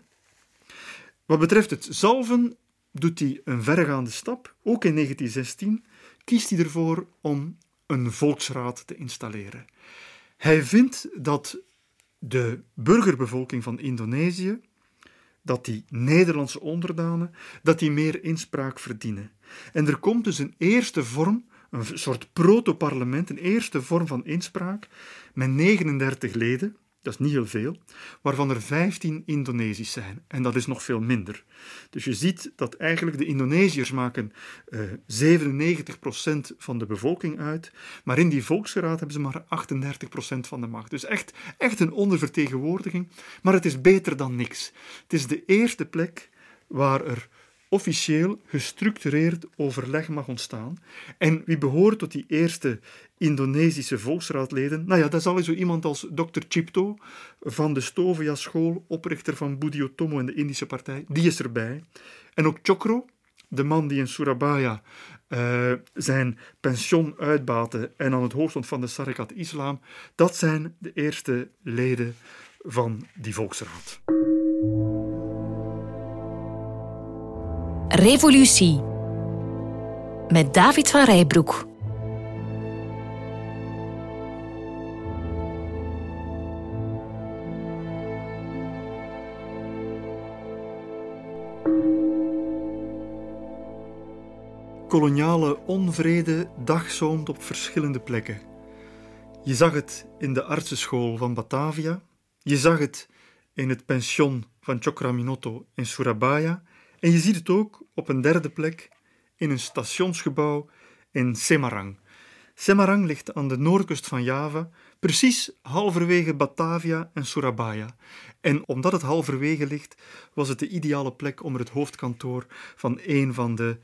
S2: Wat betreft het zalven doet hij een verregaande stap, ook in negentien zestien, kiest hij ervoor om een volksraad te installeren. Hij vindt dat de burgerbevolking van Indonesië, dat die Nederlandse onderdanen, dat die meer inspraak verdienen. En er komt dus een eerste vorm, een soort proto-parlement, een eerste vorm van inspraak, met negenendertig leden, dat is niet heel veel, waarvan er vijftien Indonesisch zijn. En dat is nog veel minder. Dus je ziet dat eigenlijk de Indonesiërs maken uh, zevenennegentig procent van de bevolking uit, maar in die volksraad hebben ze maar achtendertig procent van de macht. Dus echt, echt een ondervertegenwoordiging, maar het is beter dan niks. Het is de eerste plek waar er officieel gestructureerd overleg mag ontstaan. En wie behoort tot die eerste Indonesische volksraadleden? Nou ja, dat is al zo iemand als dokter Cipto van de Stovia School, oprichter van Budiotomo en de Indische Partij, die is erbij. En ook Chokro, de man die in Surabaya uh, zijn pensioen uitbaatte en aan het hoofd stond van de Sarakat Islam, dat zijn de eerste leden van die volksraad.
S1: Revolutie met David van Rijbroek.
S2: Koloniale onvrede dagzoomt op verschillende plekken. Je zag het in de artsenschool van Batavia, je zag het in het pension van Cokraminoto in Surabaya en je ziet het ook op een derde plek in een stationsgebouw in Semarang. Semarang ligt aan de noordkust van Java, precies halverwege Batavia en Surabaya. En omdat het halverwege ligt, was het de ideale plek om er het hoofdkantoor van een van de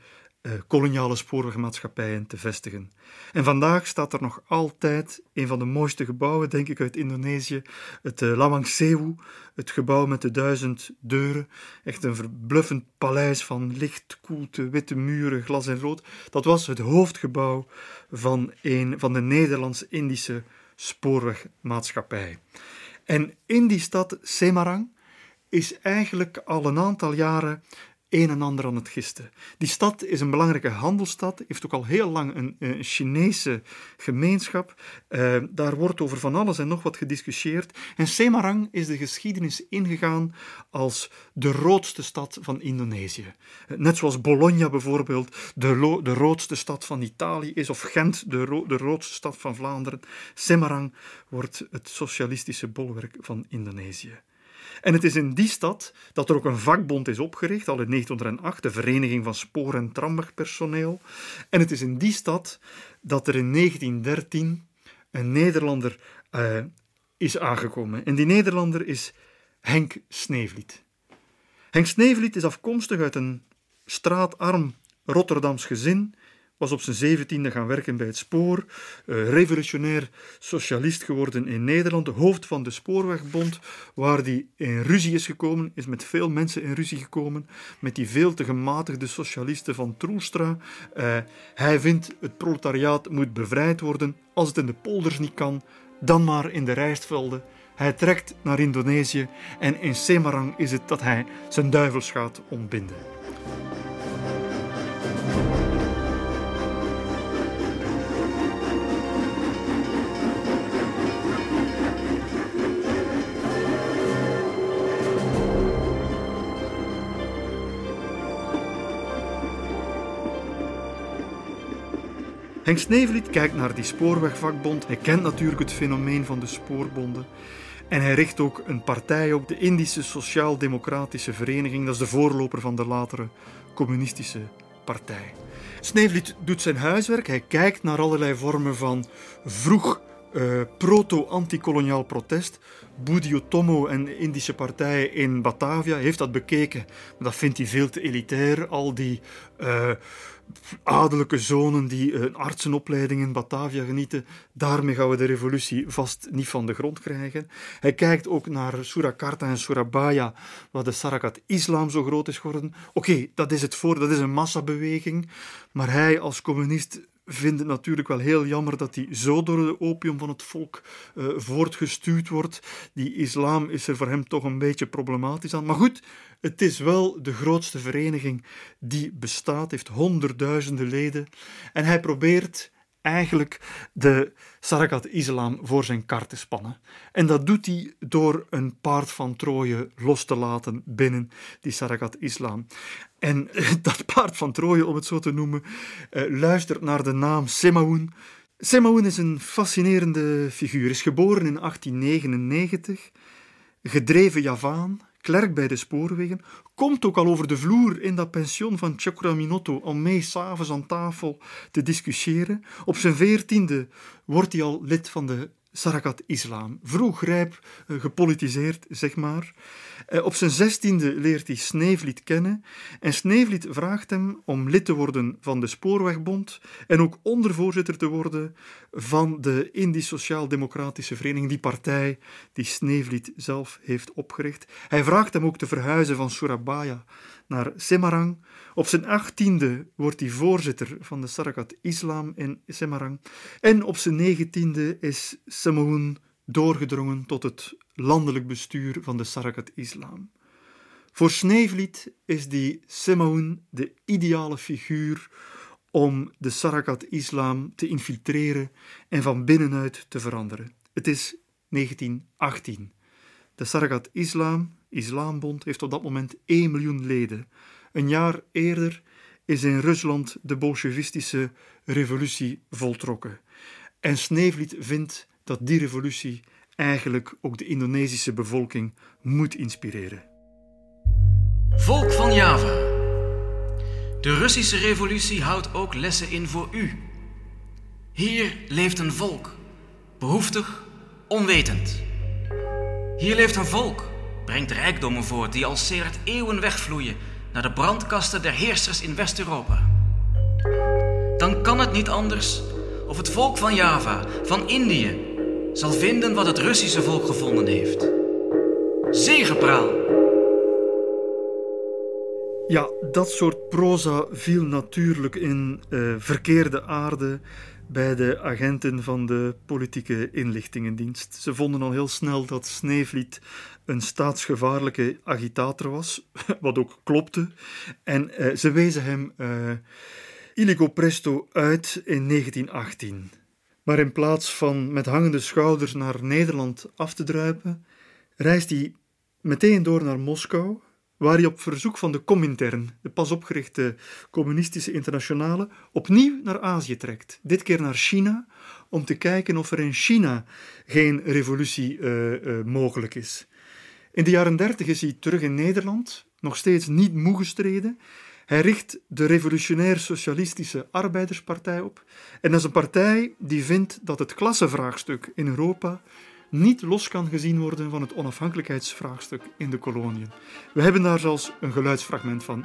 S2: uh, koloniale spoorwegmaatschappijen te vestigen. En vandaag staat er nog altijd een van de mooiste gebouwen, denk ik, uit Indonesië, het uh, Lawang Sewu, het gebouw met de duizend deuren. Echt een verbluffend paleis van licht, koelte, witte muren, glas en rood. Dat was het hoofdgebouw van een van de Nederlands-Indische spoorwegmaatschappij. En in die stad Semarang is eigenlijk al een aantal jaren een en ander aan het gisten. Die stad is een belangrijke handelsstad, heeft ook al heel lang een, een Chinese gemeenschap. Uh, daar wordt over van alles en nog wat gediscussieerd. En Semarang is de geschiedenis ingegaan als de roodste stad van Indonesië. Uh, net zoals Bologna bijvoorbeeld de, lo- de roodste stad van Italië is, of Gent de, ro- de roodste stad van Vlaanderen. Semarang wordt het socialistische bolwerk van Indonesië. En het is in die stad dat er ook een vakbond is opgericht, al in negentien de Vereniging van Spoor- en Tramwegpersoneel. En het is in die stad dat er in negentien dertien een Nederlander uh, is aangekomen. En die Nederlander is Henk Sneevliet. Henk Sneevliet is afkomstig uit een straatarm Rotterdams gezin, was op zijn zeventiende gaan werken bij het spoor, uh, revolutionair socialist geworden in Nederland, de hoofd van de Spoorwegbond, waar hij in ruzie is gekomen, is met veel mensen in ruzie gekomen, met die veel te gematigde socialisten van Troelstra. Uh, hij vindt het proletariaat moet bevrijd worden, als het in de polders niet kan, dan maar in de rijstvelden. Hij trekt naar Indonesië en in Semarang is het dat hij zijn duivels gaat ontbinden. Henk Sneevliet kijkt naar die spoorwegvakbond. Hij kent natuurlijk het fenomeen van de spoorbonden. En hij richt ook een partij op, de Indische Sociaal-Democratische Vereniging. Dat is de voorloper van de latere communistische partij. Sneevliet doet zijn huiswerk. Hij kijkt naar allerlei vormen van vroeg uh, proto-antikoloniaal protest. Budiotomo en de Indische partij in Batavia heeft dat bekeken. Maar dat vindt hij veel te elitair. Al die Uh, adellijke zonen die een artsenopleiding in Batavia genieten, daarmee gaan we de revolutie vast niet van de grond krijgen. Hij kijkt ook naar Surakarta en Surabaya, waar de Sarakat-islam zo groot is geworden. Oké, okay, dat is het voor, dat is een massabeweging, maar hij als communist vindt het natuurlijk wel heel jammer dat hij zo door de opium van het volk uh, voortgestuwd wordt. Die islam is er voor hem toch een beetje problematisch aan. Maar goed, het is wel de grootste vereniging die bestaat, heeft honderdduizenden leden. En hij probeert eigenlijk de Sarakat-islam voor zijn kar te spannen. En dat doet hij door een paard van Troje los te laten binnen die Sarakat-islam. En dat paard van Troje, om het zo te noemen, uh, luistert naar de naam Semaun. Semaun is een fascinerende figuur. Is geboren in achttien negenennegentig, gedreven Javaan, klerk bij de spoorwegen, komt ook al over de vloer in dat pension van Cokraminoto om mee s'avonds aan tafel te discussiëren. Op zijn veertiende wordt hij al lid van de Sarakat-islam. Vroeg rijp uh, gepolitiseerd, zeg maar. Uh, op zijn zestiende leert hij Sneevliet kennen. En Sneevliet vraagt hem om lid te worden van de Spoorwegbond en ook ondervoorzitter te worden van de Indische Sociaal-Democratische Vereniging, die partij die Sneevliet zelf heeft opgericht. Hij vraagt hem ook te verhuizen van Surabaya naar Semarang. Op zijn achttiende wordt hij voorzitter van de Sarakat-islam in Semarang. En op zijn negentiende is Semaun doorgedrongen tot het landelijk bestuur van de Sarakat-islam. Voor Sneevliet is die Semaun de ideale figuur om de Sarakat-islam te infiltreren en van binnenuit te veranderen. Het is negentien achttien. De Sarakat-islam, Islambond, heeft op dat moment één miljoen leden. Een jaar eerder is in Rusland de bolsjewistische revolutie voltrokken. En Sneevliet vindt dat die revolutie eigenlijk ook de Indonesische bevolking moet inspireren.
S5: Volk van Java. De Russische revolutie houdt ook lessen in voor u. Hier leeft een volk, behoeftig, onwetend. Hier leeft een volk, brengt rijkdommen voort die al sedert eeuwen wegvloeien naar de brandkasten der heersers in West-Europa. kan het niet anders of het volk van Java, van Indië, zal vinden wat het Russische volk gevonden heeft. Zegepraal!
S2: Ja, dat soort proza viel natuurlijk in uh, verkeerde aarde bij de agenten van de politieke inlichtingendienst. Ze vonden al heel snel dat Sneevliet een staatsgevaarlijke agitator was, wat ook klopte. En uh, ze wezen hem uh, illico presto uit in negentien achttien. Maar in plaats van met hangende schouders naar Nederland af te druipen, reist hij meteen door naar Moskou, waar hij op verzoek van de Comintern, de pas opgerichte communistische internationale, opnieuw naar Azië trekt. Dit keer naar China, om te kijken of er in China geen revolutie uh, uh, mogelijk is. In de jaren dertig is hij terug in Nederland, nog steeds niet moe gestreden. Hij richt de Revolutionair-Socialistische Arbeiderspartij op. En dat is een partij die vindt dat het klassenvraagstuk in Europa niet los kan gezien worden van het onafhankelijkheidsvraagstuk in de koloniën. We hebben daar zelfs een geluidsfragment van.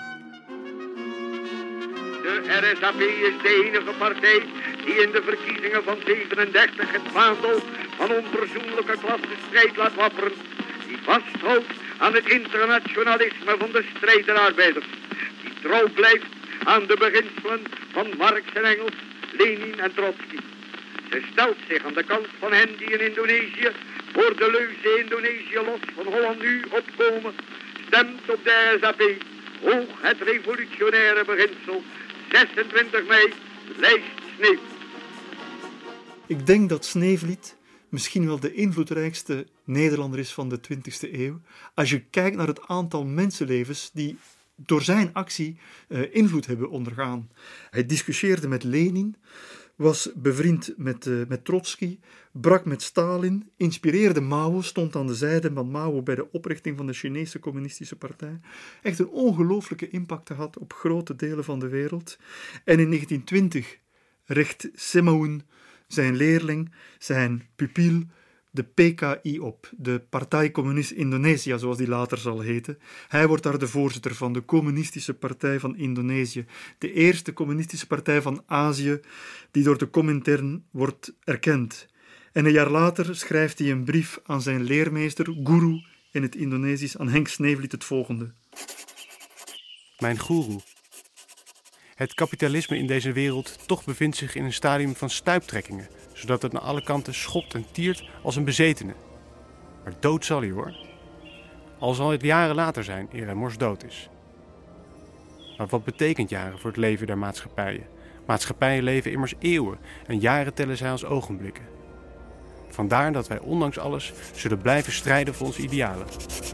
S11: De R S A P is de enige partij die in de verkiezingen van zevenendertig het vaandel van onverzoenlijke klassenstrijd laat wapperen, die vasthoudt aan het internationalisme van de strijd der arbeiders, die trouw blijft aan de beginselen van Marx en Engels, Lenin en Trotsky. Ze stelt zich aan de kant van hen die in Indonesië voor de leuze Indonesië los van Holland nu opkomen, stemt op de R S A P, hoog het revolutionaire beginsel, zesentwintig mei, lijst Sneevliet.
S2: Ik denk dat Sneevliet misschien wel de invloedrijkste Nederlander is van de twintigste eeuw. Als je kijkt naar het aantal mensenlevens die door zijn actie uh, invloed hebben ondergaan. Hij discussieerde met Lenin, was bevriend met, uh, met Trotsky, brak met Stalin, inspireerde Mao, stond aan de zijde van Mao bij de oprichting van de Chinese Communistische Partij. Echt een ongelooflijke impact gehad op grote delen van de wereld. En in negentien twintig richt Semaun, zijn leerling, zijn pupil, de P K I op, de Partij Communist Indonesië, zoals die later zal heten. Hij wordt daar de voorzitter van de Communistische Partij van Indonesië, de eerste communistische partij van Azië die door de Comintern wordt erkend. En een jaar later schrijft hij een brief aan zijn leermeester, guru in het Indonesisch, aan Henk Sneevliet het volgende.
S10: Mijn guru. Het kapitalisme in deze wereld toch bevindt zich in een stadium van stuiptrekkingen, zodat het naar alle kanten schopt en tiert als een bezetene. Maar dood zal hij hoor. Al zal het jaren later zijn eer hij morsdood is. Maar wat betekent jaren voor het leven der maatschappijen? Maatschappijen leven immers eeuwen en jaren tellen zij als ogenblikken. Vandaar dat wij ondanks alles zullen blijven strijden voor onze idealen.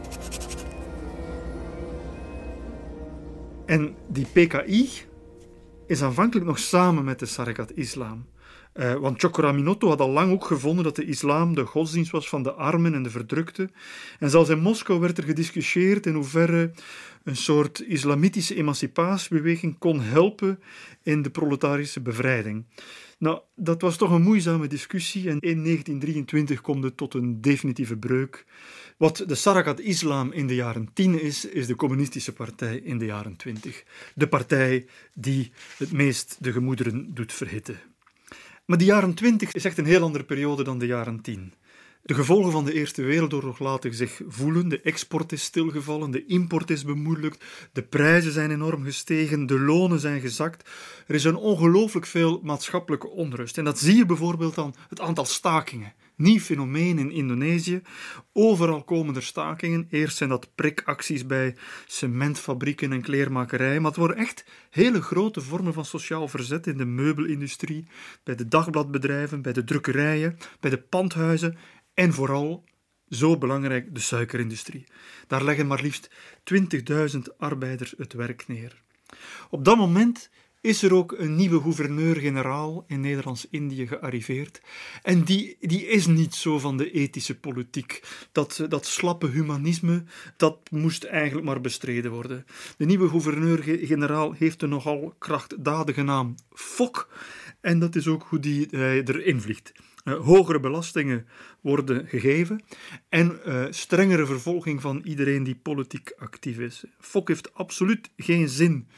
S2: En die P K I is aanvankelijk nog samen met de Sarekat-islam. Uh, want Cokro had al lang ook gevonden dat de islam de godsdienst was van de armen en de verdrukten. En zelfs in Moskou werd er gediscussieerd in hoeverre een soort islamitische emancipatiebeweging kon helpen in de proletarische bevrijding. Nou, dat was toch een moeizame discussie en in negentien drieëntwintig komt het tot een definitieve breuk. Wat de Sarekat-islam in de jaren tien is, is de communistische partij in de jaren twintig. De partij die het meest de gemoederen doet verhitten. Maar de jaren twintig is echt een heel andere periode dan de jaren tien. De gevolgen van de Eerste Wereldoorlog laten zich voelen. De export is stilgevallen, de import is bemoeilijkt, de prijzen zijn enorm gestegen, de lonen zijn gezakt. Er is een ongelooflijk veel maatschappelijke onrust. En dat zie je bijvoorbeeld aan het aantal stakingen. Nieuw fenomeen in Indonesië. Overal komen er stakingen. Eerst zijn dat prikacties bij cementfabrieken en kleermakerijen, maar het worden echt hele grote vormen van sociaal verzet in de meubelindustrie, bij de dagbladbedrijven, bij de drukkerijen, bij de pandhuizen en vooral, zo belangrijk, de suikerindustrie. Daar leggen maar liefst twintigduizend arbeiders het werk neer. Op dat moment is er ook een nieuwe gouverneur-generaal in Nederlands-Indië gearriveerd. En die, die is niet zo van de ethische politiek. Dat, dat slappe humanisme, dat moest eigenlijk maar bestreden worden. De nieuwe gouverneur-generaal heeft een nogal krachtdadige naam, Fok. En dat is ook hoe die, hij erin vliegt. Uh, hogere belastingen worden gegeven en uh, strengere vervolging van iedereen die politiek actief is. Fok heeft absoluut geen zin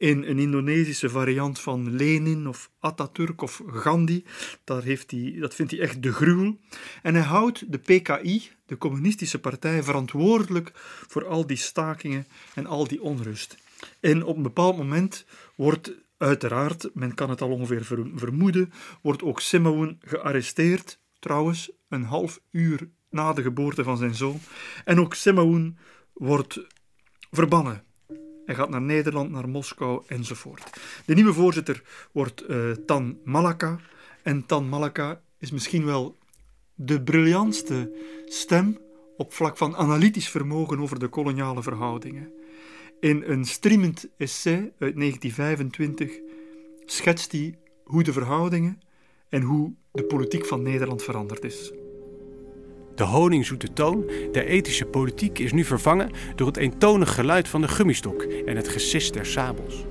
S2: in een Indonesische variant van Lenin of Atatürk of Gandhi. Daar heeft hij, dat vindt hij echt de gruwel. En hij houdt de P K I, de communistische partij, verantwoordelijk voor al die stakingen en al die onrust. En op een bepaald moment wordt uiteraard, men kan het al ongeveer vermoeden, wordt ook Simeon gearresteerd, trouwens een half uur na de geboorte van zijn zoon. En ook Simeon wordt verbannen. Hij gaat naar Nederland, naar Moskou enzovoort. De nieuwe voorzitter wordt uh, Tan Malaka. En Tan Malaka is misschien wel de briljantste stem op vlak van analytisch vermogen over de koloniale verhoudingen. In een streamend essay uit negentien vijfentwintig schetst hij hoe de verhoudingen en hoe de politiek van Nederland veranderd is.
S10: De honingzoete toon der ethische politiek is nu vervangen door het eentonig geluid van de gummistok en het gesis der sabels.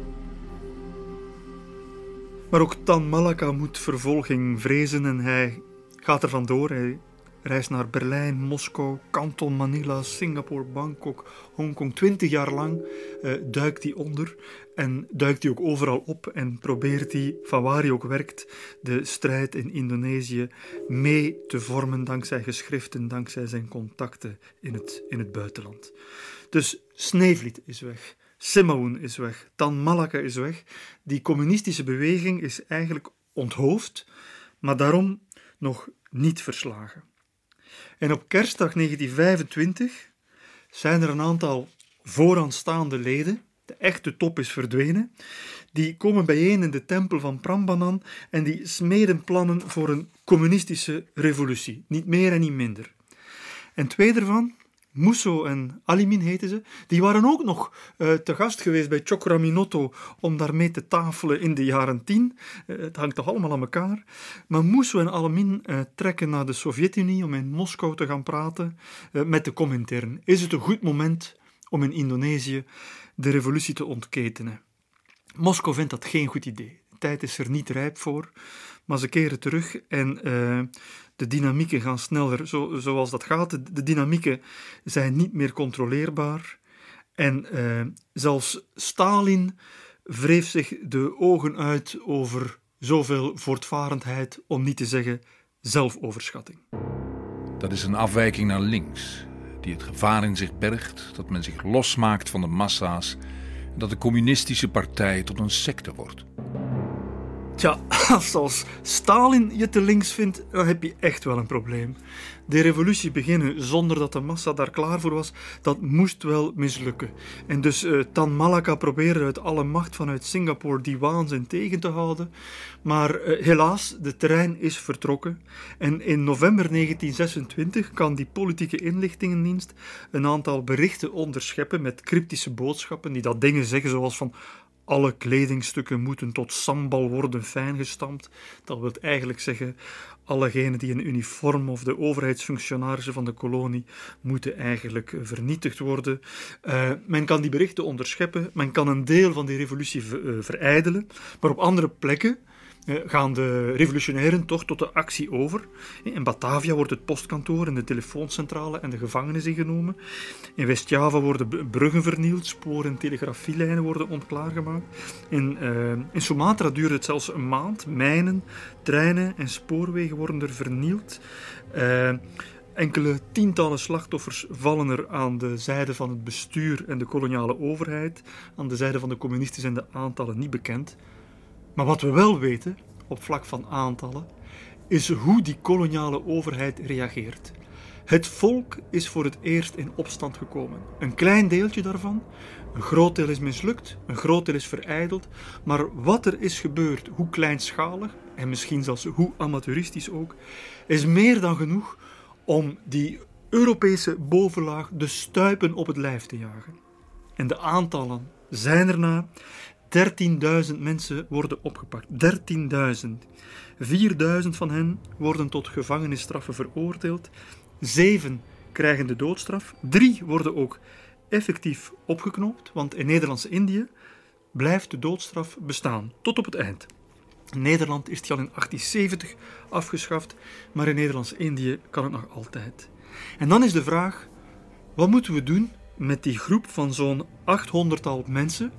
S2: Maar ook Tan Malaka moet vervolging vrezen en hij gaat er vandoor. Hij reist naar Berlijn, Moskou, Kanton, Manila, Singapore, Bangkok, Hongkong. Twintig jaar lang uh, duikt hij onder en duikt hij ook overal op en probeert hij, van waar hij ook werkt, de strijd in Indonesië mee te vormen dankzij geschriften, dankzij zijn contacten in het, in het buitenland. Dus Sneevliet is weg, Simeon is weg, Tan Malaka is weg. Die communistische beweging is eigenlijk onthoofd, maar daarom nog niet verslagen. En op kerstdag negentien vijfentwintig zijn er een aantal vooraanstaande leden, de echte top is verdwenen, die komen bijeen in de tempel van Prambanan en die smeden plannen voor een communistische revolutie. Niet meer en niet minder. En twee daarvan, Musso en Alimin heten ze, die waren ook nog uh, te gast geweest bij Cokraminoto om daarmee te tafelen in de jaren tien. Uh, het hangt toch allemaal aan elkaar. Maar Musso en Alimin uh, trekken naar de Sovjet-Unie om in Moskou te gaan praten uh, met de Comintern. Is het een goed moment om in Indonesië de revolutie te ontketenen? Moskou vindt dat geen goed idee. De tijd is er niet rijp voor, maar ze keren terug en uh, de dynamieken gaan sneller, zo, zoals dat gaat. De, de dynamieken zijn niet meer controleerbaar. En uh, zelfs Stalin wreef zich de ogen uit over zoveel voortvarendheid, om niet te zeggen zelfoverschatting.
S3: Dat is een afwijking naar links, die het gevaar in zich bergt dat men zich losmaakt van de massa's en dat de communistische partij tot een secte wordt.
S2: Tja, als als Stalin je te links vindt, dan heb je echt wel een probleem. De revolutie beginnen zonder dat de massa daar klaar voor was, dat moest wel mislukken. En dus uh, Tan Malaka probeerde uit alle macht vanuit Singapore die waanzin tegen te houden. Maar uh, helaas, de trein is vertrokken. En in november negentien zesentwintig kan die politieke inlichtingendienst een aantal berichten onderscheppen met cryptische boodschappen die dat dingen zeggen zoals van: alle kledingstukken moeten tot sambal worden fijngestampt. Dat wil eigenlijk zeggen, allegenen die in uniform of de overheidsfunctionarissen van de kolonie moeten eigenlijk vernietigd worden. Uh, men kan die berichten onderscheppen, men kan een deel van die revolutie v- uh, verijdelen, maar op andere plekken uh, gaan de revolutionairen toch tot de actie over. In Batavia wordt het postkantoor en de telefooncentrale en de gevangenis ingenomen. In West-Java worden bruggen vernield, spoor- en telegrafielijnen worden onklaargemaakt. In, uh, in Sumatra duurt het zelfs een maand. Mijnen, treinen en spoorwegen worden er vernield. Uh, Enkele tientallen slachtoffers vallen er aan de zijde van het bestuur en de koloniale overheid. Aan de zijde van de communisten zijn de aantallen niet bekend. Maar wat we wel weten, op vlak van aantallen, is hoe die koloniale overheid reageert. Het volk is voor het eerst in opstand gekomen. Een klein deeltje daarvan, een groot deel is mislukt, een groot deel is verijdeld. Maar wat er is gebeurd, hoe kleinschalig en misschien zelfs hoe amateuristisch ook, is meer dan genoeg om die Europese bovenlaag de stuipen op het lijf te jagen. En de aantallen zijn ernaar. dertienduizend mensen worden opgepakt. dertienduizend. vierduizend van hen worden tot gevangenisstraffen veroordeeld. Zeven krijgen de doodstraf. Drie worden ook effectief opgeknoopt, want in Nederlands-Indië blijft de doodstraf bestaan, tot op het eind. In Nederland is die al in achttien zeventig afgeschaft, maar in Nederlands-Indië kan het nog altijd. En dan is de vraag, wat moeten we doen met die groep van zo'n achthonderdtal mensen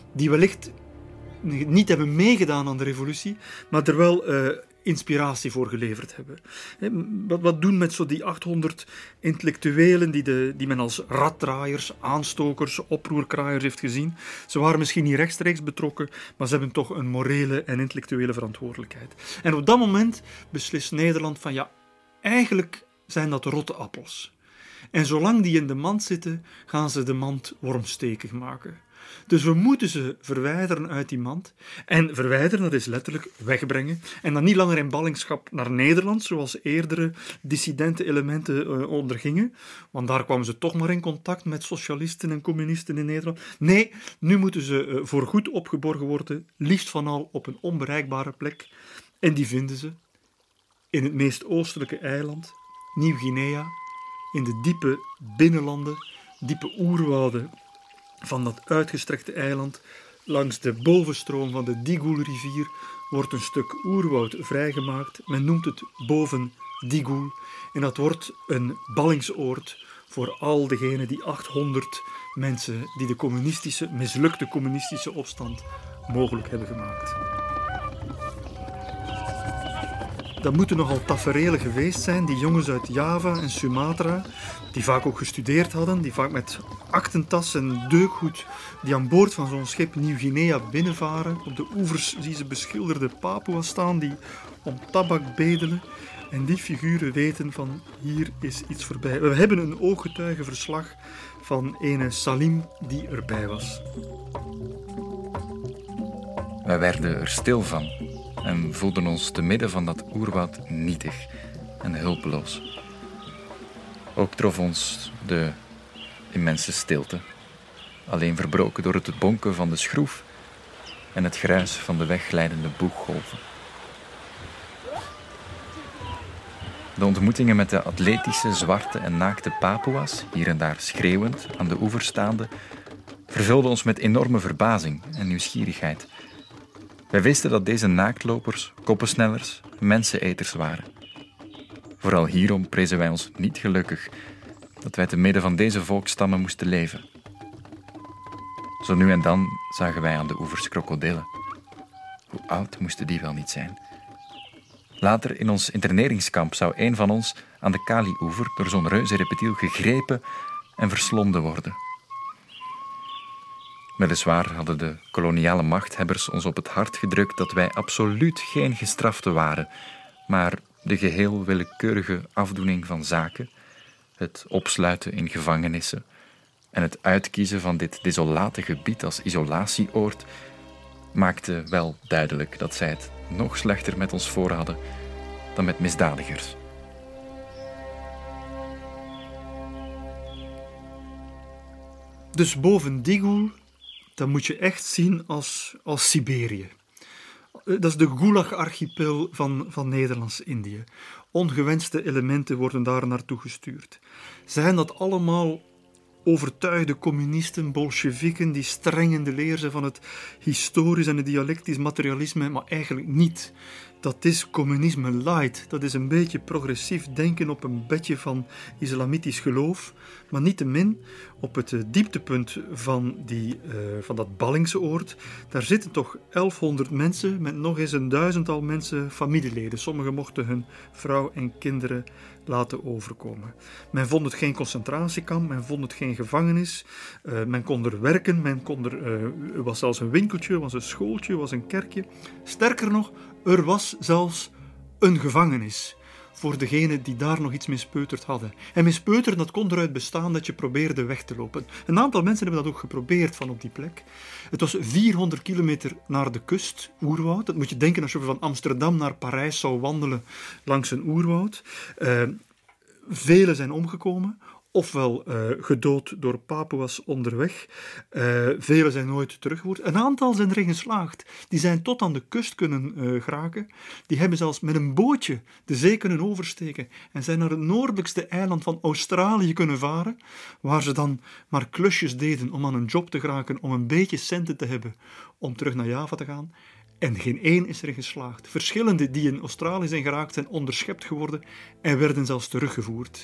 S2: die wellicht niet hebben meegedaan aan de revolutie, maar er wel uh, inspiratie voor geleverd hebben. He, wat, wat doen met zo die achthonderd intellectuelen die, de, die men als raddraaiers, aanstokers, oproerkraaiers heeft gezien? Ze waren misschien niet rechtstreeks betrokken, maar ze hebben toch een morele en intellectuele verantwoordelijkheid. En op dat moment beslist Nederland van ja, eigenlijk zijn dat rotte appels. En zolang die in de mand zitten, gaan ze de mand wormstekig maken. Dus we moeten ze verwijderen uit die mand. En verwijderen, dat is letterlijk wegbrengen. En dan niet langer in ballingschap naar Nederland, zoals eerdere dissidente elementen uh, ondergingen. Want daar kwamen ze toch maar in contact met socialisten en communisten in Nederland. Nee, nu moeten ze uh, voorgoed opgeborgen worden, liefst van al op een onbereikbare plek. En die vinden ze in het meest oostelijke eiland, Nieuw-Guinea, in de diepe binnenlanden, diepe oerwouden van dat uitgestrekte eiland. Langs de bovenstroom van de Digoul-rivier wordt een stuk oerwoud vrijgemaakt. Men noemt het boven Digoul. En dat wordt een ballingsoord voor al degenen, die achthonderd mensen die de communistische, mislukte communistische opstand mogelijk hebben gemaakt. Dat moeten nogal taferelen geweest zijn, die jongens uit Java en Sumatra, die vaak ook gestudeerd hadden, die vaak met aktentas en deukgoed, die aan boord van zo'n schip Nieuw-Guinea binnenvaren. Op de oevers zie ze beschilderde Papua staan, die om tabak bedelen. En die figuren weten van, hier is iets voorbij. We hebben een ooggetuigenverslag van ene Salim die erbij was.
S12: Wij werden er stil van en voelden ons te midden van dat oerwoud nietig en hulpeloos. Ook trof ons de immense stilte, alleen verbroken door het bonken van de schroef en het gruis van de wegglijdende boeggolven. De ontmoetingen met de atletische, zwarte en naakte Papua's, hier en daar schreeuwend, aan de oever staande, vervulden ons met enorme verbazing en nieuwsgierigheid. Wij wisten dat deze naaktlopers, koppensnellers, menseneters waren. Vooral hierom prezen wij ons niet gelukkig dat wij te midden van deze volksstammen moesten leven. Zo nu en dan zagen wij aan de oevers krokodillen. Hoe oud moesten die wel niet zijn? Later in ons interneringskamp zou een van ons aan de Kali-oever door zo'n reuzenreptiel gegrepen en verslonden worden. Weliswaar hadden de koloniale machthebbers ons op het hart gedrukt dat wij absoluut geen gestraften waren, maar de geheel willekeurige afdoening van zaken, het opsluiten in gevangenissen en het uitkiezen van dit desolate gebied als isolatieoord maakte wel duidelijk dat zij het nog slechter met ons voor hadden dan met misdadigers.
S2: Dus boven Digoul, dat moet je echt zien als, als Siberië. Dat is de Gulag-archipel van, van Nederlands-Indië. Ongewenste elementen worden daar naartoe gestuurd. Zijn dat allemaal overtuigde communisten, bolsjewieken, die streng in de leer zijn van het historisch en het dialectisch materialisme, maar eigenlijk niet. Dat is communisme light. Dat is een beetje progressief denken op een bedje van islamitisch geloof, maar niettemin op het dieptepunt van, die, uh, van dat ballingsoord, daar zitten toch elfhonderd mensen met nog eens een duizendtal mensen, familieleden. Sommigen mochten hun vrouw en kinderen laten overkomen. Men vond het geen concentratiekamp, men vond het geen gevangenis. Uh, men kon er werken, men kon er, uh, er was zelfs een winkeltje, er was een schooltje, er was een kerkje. Sterker nog, er was zelfs een gevangenis voor degenen die daar nog iets mee speuterd hadden. En mee speuteren, dat kon eruit bestaan dat je probeerde weg te lopen. Een aantal mensen hebben dat ook geprobeerd van op die plek. Het was vierhonderd kilometer naar de kust, oerwoud. Dat moet je denken als je van Amsterdam naar Parijs zou wandelen langs een oerwoud. Uh, velen zijn omgekomen, ofwel uh, gedood door Papua's onderweg. Uh, velen zijn nooit teruggevoerd. Een aantal zijn erin geslaagd. Die zijn tot aan de kust kunnen uh, geraken. Die hebben zelfs met een bootje de zee kunnen oversteken en zijn naar het noordelijkste eiland van Australië kunnen varen, waar ze dan maar klusjes deden om aan een job te geraken, om een beetje centen te hebben om terug naar Java te gaan. En geen één is erin geslaagd. Verschillende die in Australië zijn geraakt zijn onderschept geworden en werden zelfs teruggevoerd.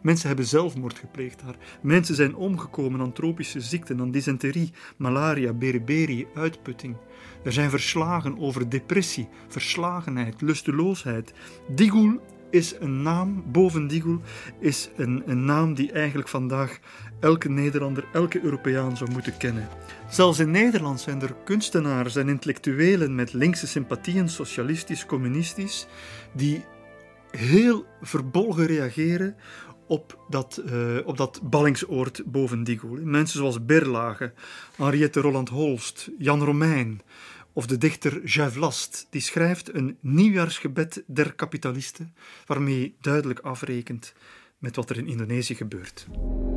S2: Mensen hebben zelfmoord gepleegd daar. Mensen zijn omgekomen aan tropische ziekten, aan dysenterie, malaria, beriberi, uitputting. Er zijn verslagen over depressie, verslagenheid, lusteloosheid. Digul is een naam, boven Digul, is een, een naam die eigenlijk vandaag elke Nederlander, elke Europeaan zou moeten kennen. Zelfs in Nederland zijn er kunstenaars en intellectuelen met linkse sympathieën, socialistisch, communistisch, die heel verbolgen reageren op dat, uh, op dat ballingsoord boven Digul. Mensen zoals Berlage, Henriette Roland-Holst, Jan Romein of de dichter Jacques Last, die schrijft een nieuwjaarsgebed der kapitalisten, waarmee hij duidelijk afrekent met wat er in Indonesië gebeurt.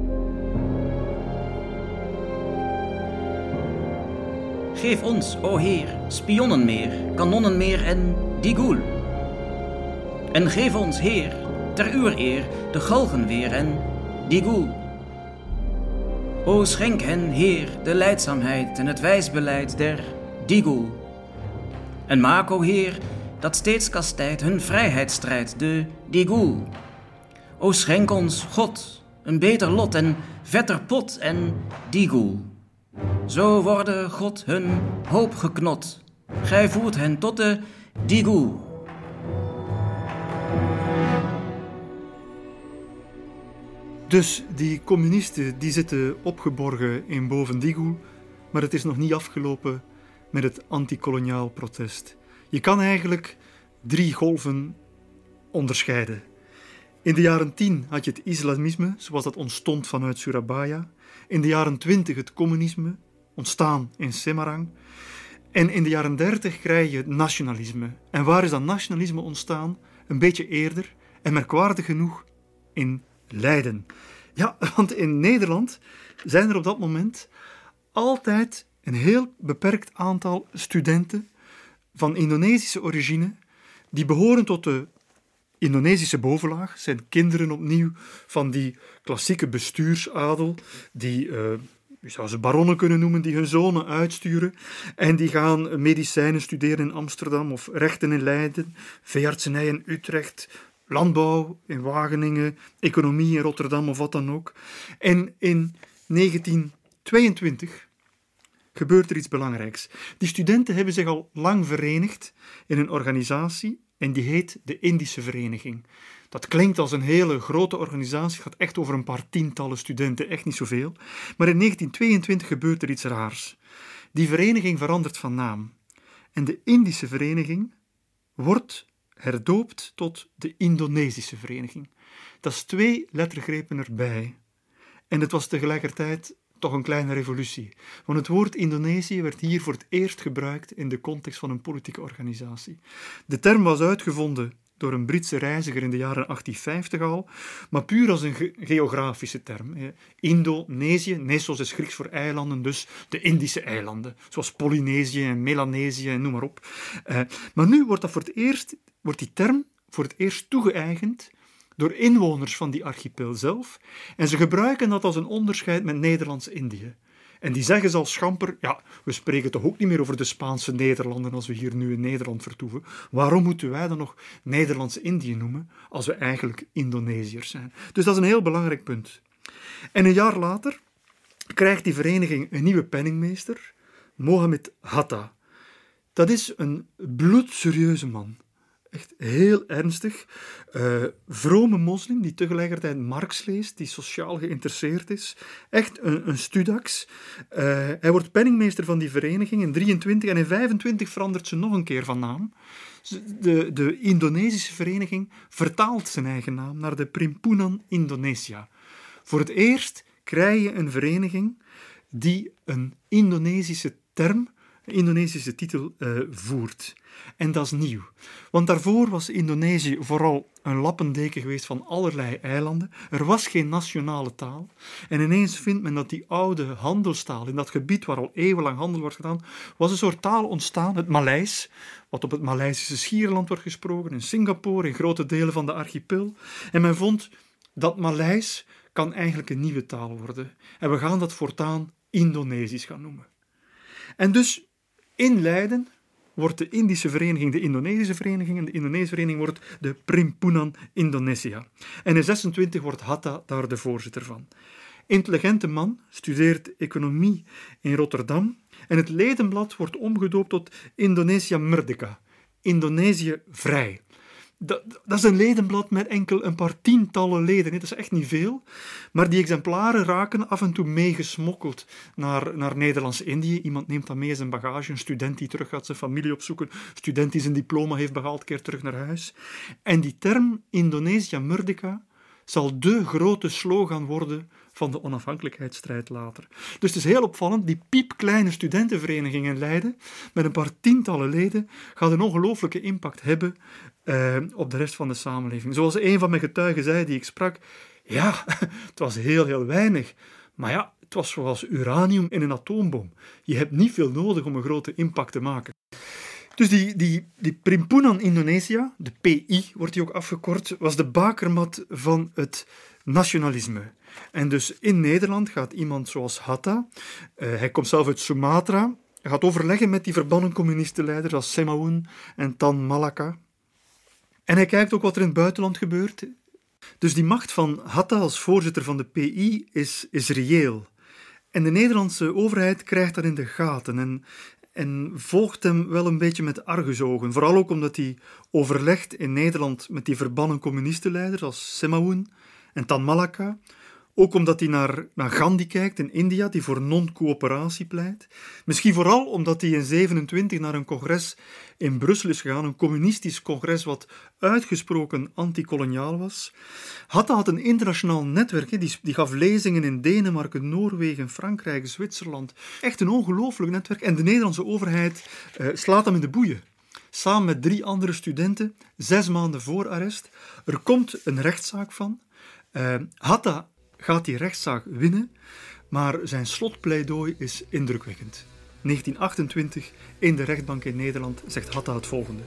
S5: Geef ons, o Heer, spionnenmeer, kanonnenmeer en Digul. En geef ons, Heer, ter uwer eer, de galgen weer en Digul. O schenk hen, Heer, de lijdzaamheid en het wijsbeleid der Digul. En maak, o Heer, dat steeds kastijdt hun vrijheidsstrijd, de Digul. O schenk ons, God, een beter lot en vetter pot en Digul. Zo worden God hun hoop geknot. Gij voert hen tot de Digul.
S2: Dus die communisten die zitten opgeborgen in boven Digul, maar het is nog niet afgelopen met het antikoloniaal protest. Je kan eigenlijk drie golven onderscheiden. In de jaren tien had je het islamisme, zoals dat ontstond vanuit Surabaya. In de jaren twintig het communisme, ontstaan in Semarang. En in de jaren dertig krijg je het nationalisme. En waar is dat nationalisme ontstaan? Een beetje eerder en merkwaardig genoeg in Leiden. Ja, want in Nederland zijn er op dat moment altijd een heel beperkt aantal studenten van Indonesische origine die behoren tot de Indonesische bovenlaag, zijn kinderen opnieuw van die klassieke bestuursadel die, uh, je zou ze baronnen kunnen noemen, die hun zonen uitsturen en die gaan medicijnen studeren in Amsterdam of rechten in Leiden, veeartsenij in Utrecht, landbouw in Wageningen, economie in Rotterdam of wat dan ook. En in negentien tweeëntwintig gebeurt er iets belangrijks. Die studenten hebben zich al lang verenigd in een organisatie en die heet de Indische Vereniging. Dat klinkt als een hele grote organisatie, het gaat echt over een paar tientallen studenten, echt niet zoveel. Maar in negentien tweeëntwintig gebeurt er iets raars. Die vereniging verandert van naam. En de Indische Vereniging wordt herdoopt tot de Indonesische Vereniging. Dat is twee lettergrepen erbij. En het was tegelijkertijd toch een kleine revolutie. Want het woord Indonesië werd hier voor het eerst gebruikt in de context van een politieke organisatie. De term was uitgevonden door een Britse reiziger in de jaren achttienvijftig al, maar puur als een ge- geografische term. Indonesië, Nesos is Grieks voor eilanden, dus de Indische eilanden, zoals Polynesië en Melanesië en noem maar op. Uh, maar nu wordt, dat voor het eerst, wordt die term voor het eerst toegeëigend door inwoners van die archipel zelf, en ze gebruiken dat als een onderscheid met Nederlands-Indië. En die zeggen zal schamper, ja, we spreken toch ook niet meer over de Spaanse Nederlanden als we hier nu in Nederland vertoeven. Waarom moeten wij dan nog Nederlands-Indië noemen als we eigenlijk Indonesiërs zijn? Dus dat is een heel belangrijk punt. En een jaar later krijgt die vereniging een nieuwe penningmeester, Mohammed Hatta. Dat is een bloedserieuze man. Echt heel ernstig. Uh, vrome moslim die tegelijkertijd Marx leest, die sociaal geïnteresseerd is. Echt een, een studax. Uh, hij wordt penningmeester van die vereniging in drieëntwintig en in vijfentwintig verandert ze nog een keer van naam. De, de Indonesische vereniging vertaalt zijn eigen naam naar de Perhimpunan Indonesia. Voor het eerst krijg je een vereniging die een Indonesische term, een Indonesische titel uh, voert. En dat is nieuw. Want daarvoor was Indonesië vooral een lappendeken geweest van allerlei eilanden. Er was geen nationale taal. En ineens vindt men dat die oude handelstaal in dat gebied waar al eeuwenlang handel wordt gedaan, was een soort taal ontstaan, het Maleis, wat op het Maleisische schiereiland wordt gesproken, in Singapore, in grote delen van de archipel. En men vond dat Maleis kan eigenlijk een nieuwe taal worden. En we gaan dat voortaan Indonesisch gaan noemen. En dus in Leiden wordt de Indische vereniging de Indonesische vereniging en de Indonesische vereniging wordt de Perhimpunan Indonesia. En in zesentwintig wordt Hatta daar de voorzitter van. Intelligente man, studeert economie in Rotterdam en het ledenblad wordt omgedoopt tot Indonesia Merdeka, Indonesië vrij. Dat, dat is een ledenblad met enkel een paar tientallen leden. Dat is echt niet veel. Maar die exemplaren raken af en toe meegesmokkeld naar, naar Nederlands-Indië. Iemand neemt dat mee in zijn bagage. Een student die terug gaat zijn familie opzoeken. Een student die zijn diploma heeft behaald, keert terug naar huis. En die term Indonesia Merdeka zal de grote slogan worden van de onafhankelijkheidsstrijd later. Dus het is heel opvallend, die piepkleine studentenvereniging in Leiden, met een paar tientallen leden, gaat een ongelooflijke impact hebben uh, op de rest van de samenleving. Zoals een van mijn getuigen zei, die ik sprak, ja, het was heel, heel weinig, maar ja, het was zoals uranium in een atoombom. Je hebt niet veel nodig om een grote impact te maken. Dus die, die, die Perhimpunan Indonesia, de P I wordt die ook afgekort, was de bakermat van het nationalisme. En dus in Nederland gaat iemand zoals Hatta, uh, hij komt zelf uit Sumatra, hij gaat overleggen met die verbannen communistenleiders als Semaun en Tan Malaka. En hij kijkt ook wat er in het buitenland gebeurt. Dus die macht van Hatta als voorzitter van de P I is, is reëel. En de Nederlandse overheid krijgt dat in de gaten en, en volgt hem wel een beetje met argusogen. Vooral ook omdat hij overlegt in Nederland met die verbannen communistenleiders als Semaun en Tan Malaka. Ook omdat hij naar, naar Gandhi kijkt in India, die voor non-coöperatie pleit. Misschien vooral omdat hij in zevenentwintig naar een congres in Brussel is gegaan, een communistisch congres wat uitgesproken antikoloniaal was. Hatta had een internationaal netwerk, die, die gaf lezingen in Denemarken, Noorwegen, Frankrijk, Zwitserland. Echt een ongelooflijk netwerk. En de Nederlandse overheid uh, slaat hem in de boeien. Samen met drie andere studenten, zes maanden voor arrest. Er komt een rechtszaak van. Uh, Hatta gaat die rechtszaak winnen, maar zijn slotpleidooi is indrukwekkend. negentien achtentwintig, in de rechtbank in Nederland, zegt Hatta het volgende.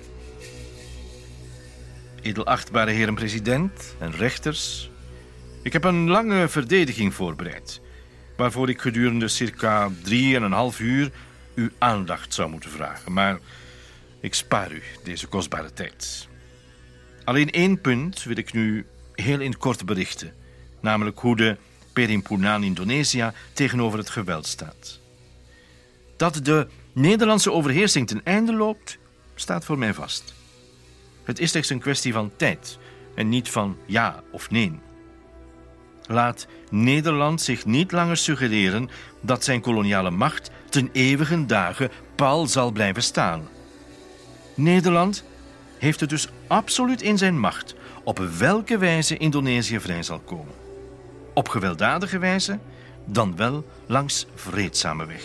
S13: Edelachtbare heren president en rechters, ik heb een lange verdediging voorbereid, waarvoor ik gedurende circa drie en een half uur uw aandacht zou moeten vragen, maar ik spaar u deze kostbare tijd. Alleen één punt wil ik nu heel in het kort berichten, namelijk hoe de Perhimpunan Indonesia tegenover het geweld staat. Dat de Nederlandse overheersing ten einde loopt, staat voor mij vast. Het is slechts een kwestie van tijd en niet van ja of nee. Laat Nederland zich niet langer suggereren dat zijn koloniale macht ten eeuwigen dagen pal zal blijven staan. Nederland heeft het dus absoluut in zijn macht op welke wijze Indonesië vrij zal komen. Op gewelddadige wijze, dan wel langs vreedzame weg.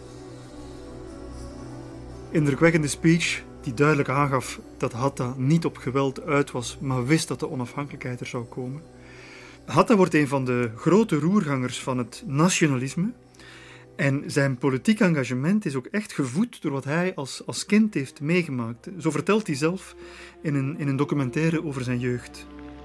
S2: Indrukwekkende speech die duidelijk aangaf dat Hatta niet op geweld uit was, maar wist dat de onafhankelijkheid er zou komen. Hatta wordt een van de grote roergangers van het nationalisme. En zijn politiek engagement is ook echt gevoed door wat hij als, als kind heeft meegemaakt. Zo vertelt hij zelf in een, in een documentaire over zijn jeugd.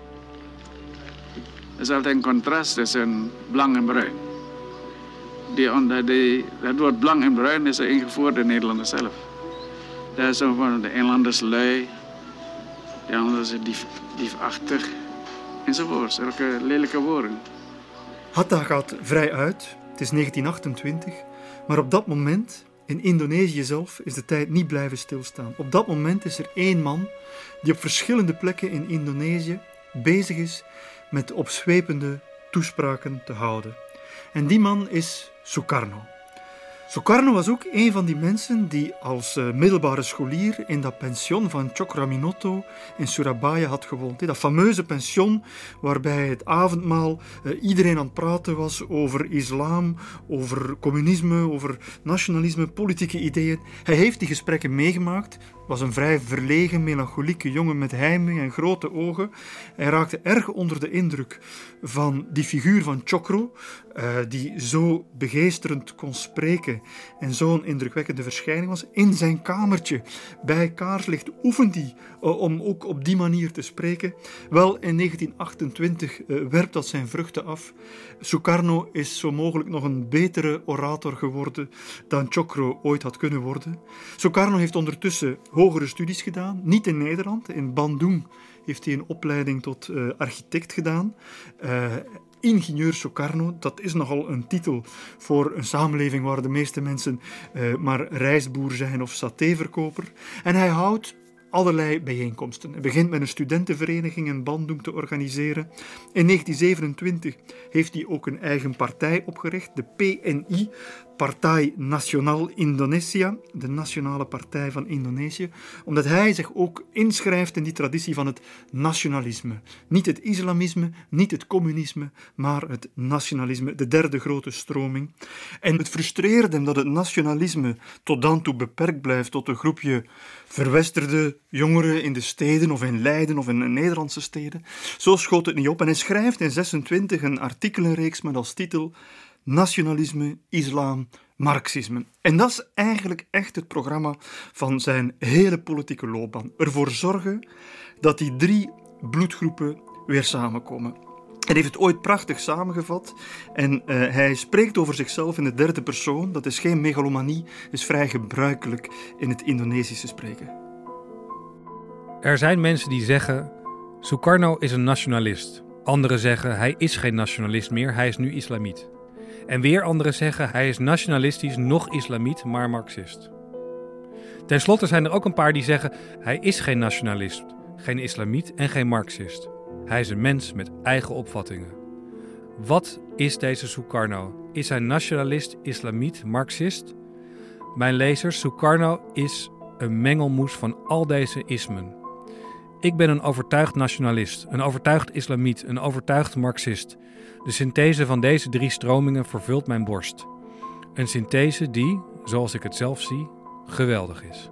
S14: Er is altijd een contrast tussen blank en bruin. Die onder die, dat woord blank en bruin is er ingevoerd in Nederland zelf. Dat is zo van de inlanders lui, de anderen zijn dief, diefachtig, enzovoort. Zulke lelijke woorden.
S2: Hatta gaat vrij uit. Het is negentien achtentwintig, maar op dat moment, in Indonesië zelf, is de tijd niet blijven stilstaan. Op dat moment is er één man die op verschillende plekken in Indonesië bezig is met opzwepende toespraken te houden. En die man is Sukarno. Sukarno was ook een van die mensen die als uh, middelbare scholier in dat pension van Cokraminoto in Surabaya had gewoond. Dat fameuze pension waarbij het avondmaal uh, iedereen aan het praten was over islam, over communisme, over nationalisme, politieke ideeën. Hij heeft die gesprekken meegemaakt, was een vrij verlegen, melancholieke jongen met heimwee en grote ogen. Hij raakte erg onder de indruk van die figuur van Chocro, uh, die zo begeesterend kon spreken en zo'n indrukwekkende verschijning was. In zijn kamertje, bij kaarslicht, oefent hij uh, om ook op die manier te spreken. Wel, in negentien achtentwintig uh, werpt dat zijn vruchten af. Sukarno is zo mogelijk nog een betere orator geworden dan Chocro ooit had kunnen worden. Sukarno heeft ondertussen hogere studies gedaan, niet in Nederland. In Bandung heeft hij een opleiding tot uh, architect gedaan. Uh, ingenieur Sukarno, dat is nogal een titel voor een samenleving waar de meeste mensen uh, maar rijstboer zijn of satéverkoper. En hij houdt allerlei bijeenkomsten. Hij begint met een studentenvereniging in Bandung te organiseren. In negentien zevenentwintig heeft hij ook een eigen partij opgericht, de P N I, Partij Nasional Indonesia, de Nationale Partij van Indonesië, omdat hij zich ook inschrijft in die traditie van het nationalisme. Niet het islamisme, niet het communisme, maar het nationalisme, de derde grote stroming. En het frustreerde hem dat het nationalisme tot dan toe beperkt blijft tot een groepje verwesterde jongeren in de steden of in Leiden of in Nederlandse steden. Zo schoot het niet op en hij schrijft in zesentwintig een artikelenreeks met als titel Nationalisme, Islam, Marxisme. En dat is eigenlijk echt het programma van zijn hele politieke loopbaan. Ervoor zorgen dat die drie bloedgroepen weer samenkomen. Hij heeft het ooit prachtig samengevat en uh, hij spreekt over zichzelf in de derde persoon. Dat is geen megalomanie, is vrij gebruikelijk in het Indonesische spreken.
S8: Er zijn mensen die zeggen, Sukarno is een nationalist. Anderen zeggen, hij is geen nationalist meer, hij is nu islamiet. En weer anderen zeggen, hij is nationalistisch, nog islamiet, maar marxist. Ten slotte zijn er ook een paar die zeggen, hij is geen nationalist, geen islamiet en geen marxist. Hij is een mens met eigen opvattingen. Wat is deze Sukarno? Is hij nationalist, islamiet, marxist? Mijn lezers, Sukarno is een mengelmoes van al deze ismen. Ik ben een overtuigd nationalist, een overtuigd islamiet, een overtuigd marxist. De synthese van deze drie stromingen vervult mijn borst. Een synthese die, zoals ik het zelf zie, geweldig is.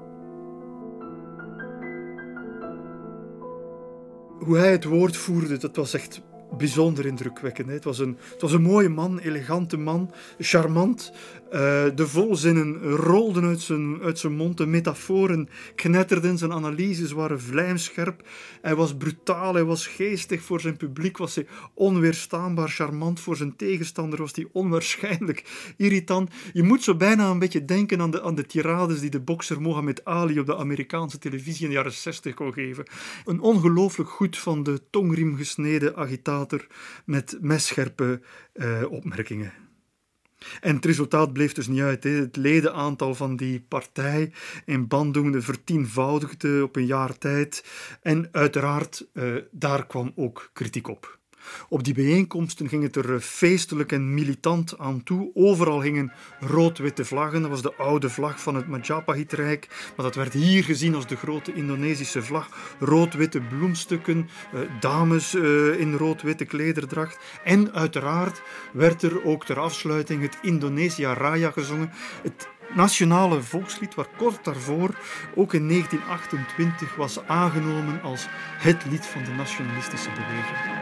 S2: Hoe hij het woord voerde, dat was echt bijzonder indrukwekkend. Het was een, het was een mooie man, elegante man, charmant. Uh, de volzinnen rolden uit zijn, uit zijn mond, de metaforen knetterden, zijn analyses waren vlijmscherp. Hij was brutaal, hij was geestig voor zijn publiek, was hij onweerstaanbaar charmant voor zijn tegenstander, was hij onwaarschijnlijk irritant. Je moet zo bijna een beetje denken aan de, aan de tirades die de bokser Mohammed Ali op de Amerikaanse televisie in de jaren zestig kon geven. Een ongelooflijk goed van de tongriem gesneden agitator met messcherpe uh, opmerkingen. En het resultaat bleef dus niet uit. Hè. Het ledenaantal van die partij in Bandung vertienvoudigde op een jaar tijd. En uiteraard, uh, daar kwam ook kritiek op. Op die bijeenkomsten ging het er feestelijk en militant aan toe. Overal hingen rood-witte vlaggen. Dat was de oude vlag van het Majapahit-rijk. Maar dat werd hier gezien als de grote Indonesische vlag. Rood-witte bloemstukken, eh, dames eh, in rood-witte klederdracht. En uiteraard werd er ook ter afsluiting het Indonesia Raya gezongen. Het nationale volkslied, waar kort daarvoor, ook in negentien achtentwintig, was aangenomen als het lied van de nationalistische beweging.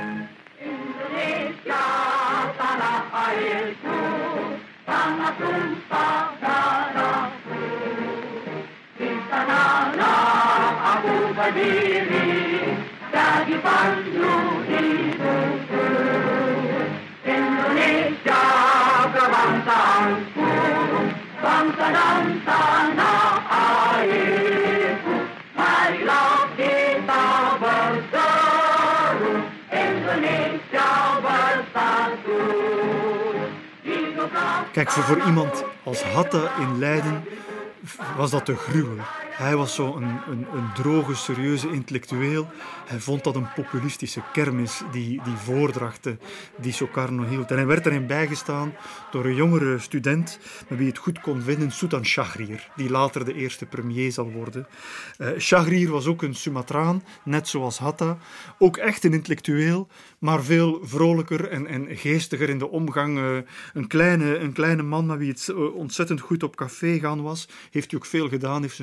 S2: Tanah airku, tanah tumpah darahku. Di sanalah aku berdiri, jadi pandu hidupku. Indonesia kebangsaanku, bangsa dan tanah airku. Marilah kita berseru, Indonesia. Kijk, voor, voor iemand als Hatta in Leiden was dat een gruwel. Hij was zo een, een, een droge, serieuze intellectueel. Hij vond dat een populistische kermis, die, die voordrachten die Sukarno hield. En hij werd erin bijgestaan door een jongere student met wie het goed kon vinden, Sultan Syahrir, die later de eerste premier zal worden. Uh, Syahrir was ook een Sumatraan, net zoals Hatta. Ook echt een intellectueel, maar veel vrolijker en, en geestiger in de omgang. Uh, een, kleine, een kleine man met wie het ontzettend goed op café gaan was. Heeft hij ook veel gedaan, heeft zijn studie niet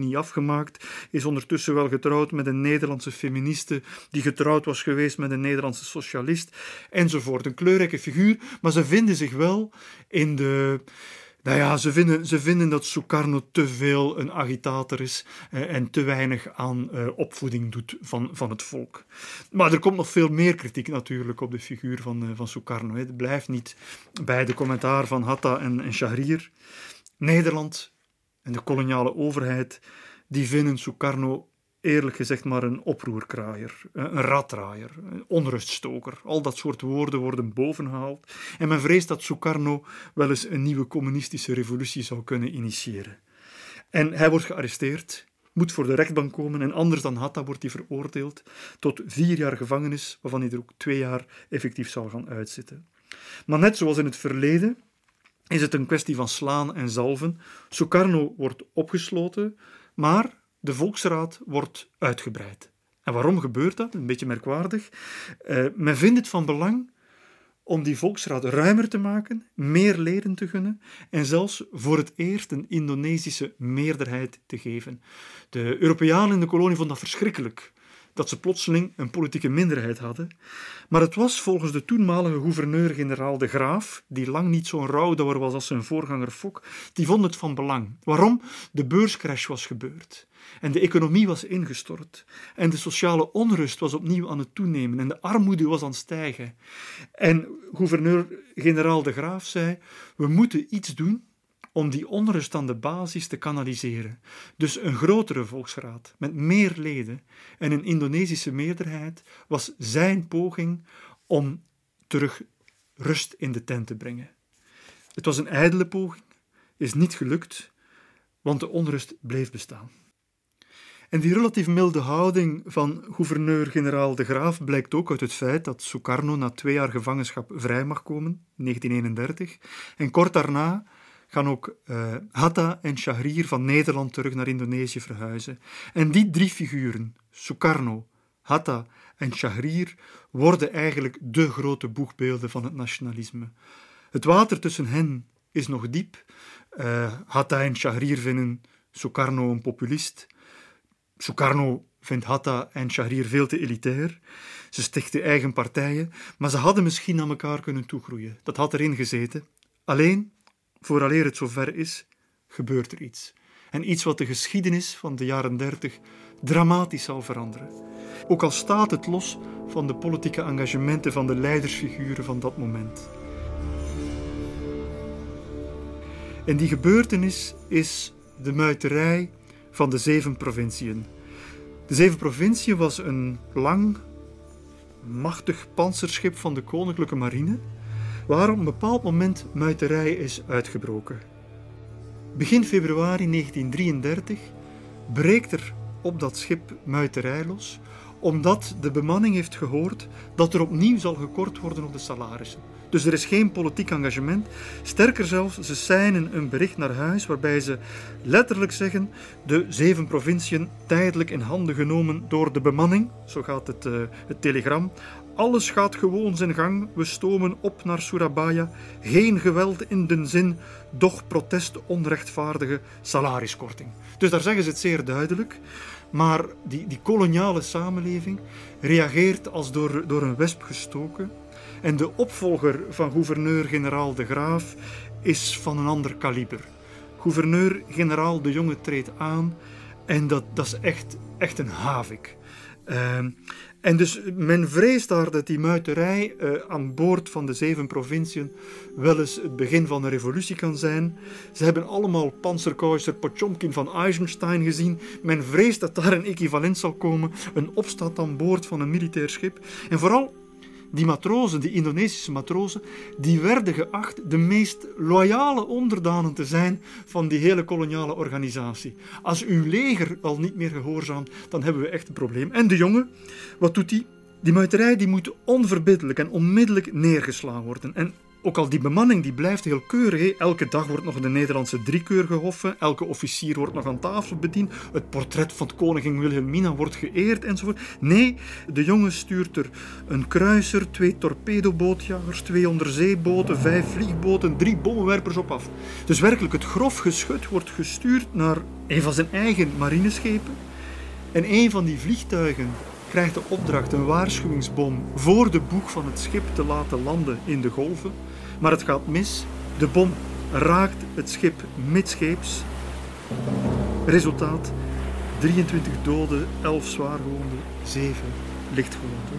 S2: niet afgemaakt, is ondertussen wel getrouwd met een Nederlandse feministe die getrouwd was geweest met een Nederlandse socialist, enzovoort. Een kleurrijke figuur, maar ze vinden zich wel in de... Nou ja, ze vinden, ze vinden dat Sukarno te veel een agitator is eh, en te weinig aan eh, opvoeding doet van, van het volk. Maar er komt nog veel meer kritiek natuurlijk op de figuur van, uh, van Sukarno. Hè. Het blijft niet bij de commentaar van Hatta en, en Chahrir. Nederland en de koloniale overheid, die vinden Sukarno eerlijk gezegd maar een oproerkraaier, een raddraaier, een onruststoker. Al dat soort woorden worden bovengehaald. En men vreest dat Sukarno wel eens een nieuwe communistische revolutie zou kunnen initiëren. En hij wordt gearresteerd, moet voor de rechtbank komen en anders dan Hatta wordt hij veroordeeld tot vier jaar gevangenis, waarvan hij er ook twee jaar effectief zal gaan uitzitten. Maar net zoals in het verleden is het een kwestie van slaan en zalven. Sukarno wordt opgesloten, maar de Volksraad wordt uitgebreid. En waarom gebeurt dat? Een beetje merkwaardig. Uh, men vindt het van belang om die Volksraad ruimer te maken, meer leden te gunnen en zelfs voor het eerst een Indonesische meerderheid te geven. De Europeanen in de kolonie vonden dat verschrikkelijk, dat ze plotseling een politieke minderheid hadden. Maar het was volgens de toenmalige gouverneur-generaal De Graaf, die lang niet zo'n rouwdouwer was als zijn voorganger Fok, die vond het van belang. Waarom? De beurscrash was gebeurd. En de economie was ingestort. En de sociale onrust was opnieuw aan het toenemen. En de armoede was aan het stijgen. En gouverneur-generaal De Graaf zei, we moeten iets doen om die onrust aan de basis te kanaliseren. Dus een grotere volksraad met meer leden en een Indonesische meerderheid was zijn poging om terug rust in de tent te brengen. Het was een ijdele poging, is niet gelukt, want de onrust bleef bestaan. En die relatief milde houding van gouverneur-generaal De Graaf blijkt ook uit het feit dat Sukarno na twee jaar gevangenschap vrij mag komen, negentien eenendertig, en kort daarna gaan ook uh, Hatta en Chahrir van Nederland terug naar Indonesië verhuizen. En die drie figuren, Sukarno, Hatta en Chahrir, worden eigenlijk de grote boegbeelden van het nationalisme. Het water tussen hen is nog diep. Uh, Hatta en Chahrir vinden Sukarno een populist. Sukarno vindt Hatta en Chahrir veel te elitair. Ze stichten eigen partijen, maar ze hadden misschien aan elkaar kunnen toegroeien. Dat had erin gezeten. Alleen, vooraleer het zover is, gebeurt er iets. En iets wat de geschiedenis van de jaren dertig dramatisch zal veranderen. Ook al staat het los van de politieke engagementen van de leidersfiguren van dat moment. En die gebeurtenis is de muiterij van de zeven provinciën. De zeven provinciën was een lang, machtig pantserschip van de koninklijke marine, waar op een bepaald moment muiterij is uitgebroken. Begin februari negentien drieëndertig breekt er op dat schip muiterij los, omdat de bemanning heeft gehoord dat er opnieuw zal gekort worden op de salarissen. Dus er is geen politiek engagement. Sterker zelfs, ze seinen een bericht naar huis waarbij ze letterlijk zeggen de zeven provinciën tijdelijk in handen genomen door de bemanning. Zo gaat het, uh, het telegram. Alles gaat gewoon zijn gang, we stomen op naar Surabaya. Geen geweld in den zin, doch protest onrechtvaardige salariskorting. Dus daar zeggen ze het zeer duidelijk. Maar die, die koloniale samenleving reageert als door, door een wesp gestoken. En de opvolger van gouverneur-generaal De Graaf is van een ander kaliber. Gouverneur-generaal De Jonge treedt aan en dat, dat is echt, echt een havik. Uh, en dus men vreest daar dat die muiterij uh, aan boord van de zeven provinciën wel eens het begin van een revolutie kan zijn. Ze hebben allemaal Panzerkeuzer Potjomkin van Eisenstein gezien. Men vreest dat daar een equivalent zal komen, een opstand aan boord van een militair schip. En vooral die matrozen, die Indonesische matrozen, die werden geacht de meest loyale onderdanen te zijn van die hele koloniale organisatie. Als uw leger al niet meer gehoorzaamt, dan hebben we echt een probleem. En de jongen, wat doet hij? Die muiterij die moet onverbiddelijk en onmiddellijk neergeslagen worden. En ook al die bemanning die blijft heel keurig. He. Elke dag wordt nog de Nederlandse driekeur gehoffen. Elke officier wordt nog aan tafel bediend. Het portret van koningin Wilhelmina wordt geëerd enzovoort. Nee, de jongen stuurt er een kruiser, twee torpedobootjagers, twee onderzeeboten, vijf vliegboten, drie bommenwerpers op af. Dus werkelijk, het grof geschut wordt gestuurd naar een van zijn eigen marineschepen. En een van die vliegtuigen krijgt de opdracht een waarschuwingsbom voor de boeg van het schip te laten landen in de golven. Maar het gaat mis. De bom raakt het schip midscheeps. Resultaat: drieëntwintig doden, elf zwaargewonden, zeven lichtgewonden.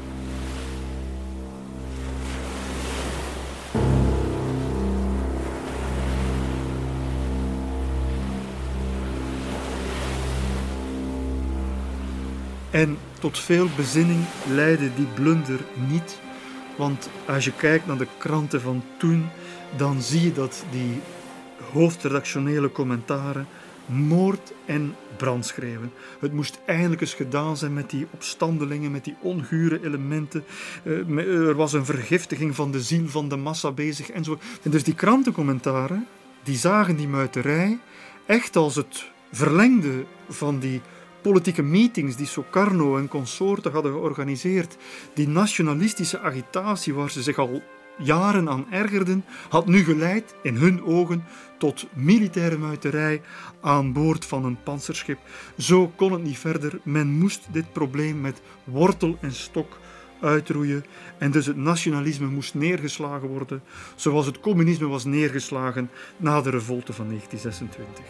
S2: En tot veel bezinning leidde die blunder niet. Want als je kijkt naar de kranten van toen, dan zie je dat die hoofdredactionele commentaren moord en brand schreeuwen. Het moest eindelijk eens gedaan zijn met die opstandelingen, met die ongure elementen. Er was een vergiftiging van de ziel van de massa bezig en zo. En dus die krantencommentaren, die zagen die muiterij echt als het verlengde van die politieke meetings die Sukarno en consorten hadden georganiseerd. Die nationalistische agitatie waar ze zich al jaren aan ergerden, had nu geleid, in hun ogen, tot militaire muiterij aan boord van een pantserschip. Zo kon het niet verder. Men moest dit probleem met wortel en stok uitroeien en dus het nationalisme moest neergeslagen worden, zoals het communisme was neergeslagen na de revolte van negentien zesentwintig.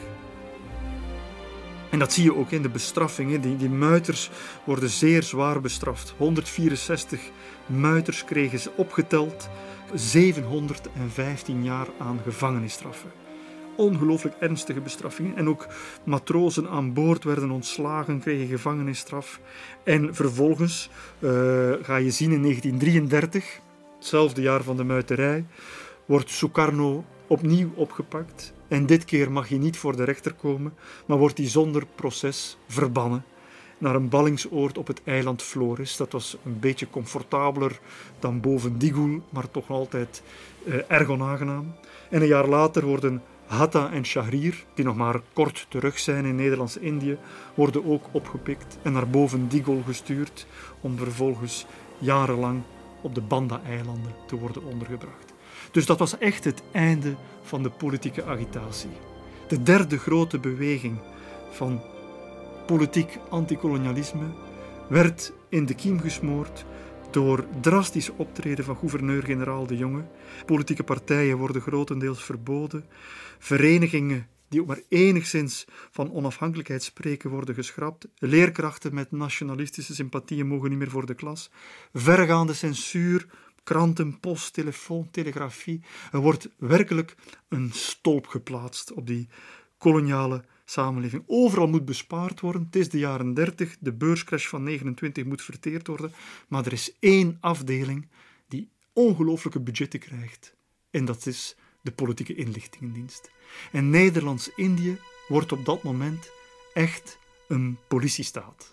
S2: En dat zie je ook in de bestraffingen. Die, die muiters worden zeer zwaar bestraft. honderdvierenzestig muiters kregen ze opgeteld zevenhonderdvijftien jaar aan gevangenisstraffen. Ongelooflijk ernstige bestraffingen. En ook matrozen aan boord werden ontslagen, kregen gevangenisstraf. En vervolgens uh, ga je zien in negentien drieëndertig, hetzelfde jaar van de muiterij, wordt Sukarno opnieuw opgepakt. En dit keer mag hij niet voor de rechter komen, maar wordt hij zonder proces verbannen naar een ballingsoord op het eiland Flores. Dat was een beetje comfortabeler dan boven Digul, maar toch altijd uh, erg onaangenaam. En een jaar later worden Hatta en Shahrir, die nog maar kort terug zijn in Nederlands-Indië, worden ook opgepikt en naar boven Digul gestuurd om vervolgens jarenlang op de Banda-eilanden te worden ondergebracht. Dus dat was echt het einde van de politieke agitatie. De derde grote beweging van politiek antikolonialisme werd in de kiem gesmoord door drastisch optreden van gouverneur-generaal De Jonge. Politieke partijen worden grotendeels verboden. Verenigingen die ook maar enigszins van onafhankelijkheid spreken worden geschrapt. Leerkrachten met nationalistische sympathieën mogen niet meer voor de klas. Verregaande censuur, kranten, post, telefoon, telegrafie. Er wordt werkelijk een stolp geplaatst op die koloniale samenleving. Overal moet bespaard worden. Het is de jaren dertig, de beurscrash van negenentwintig moet verteerd worden. Maar er is één afdeling die ongelooflijke budgetten krijgt. En dat is de politieke inlichtingendienst. En Nederlands-Indië wordt op dat moment echt een politiestaat.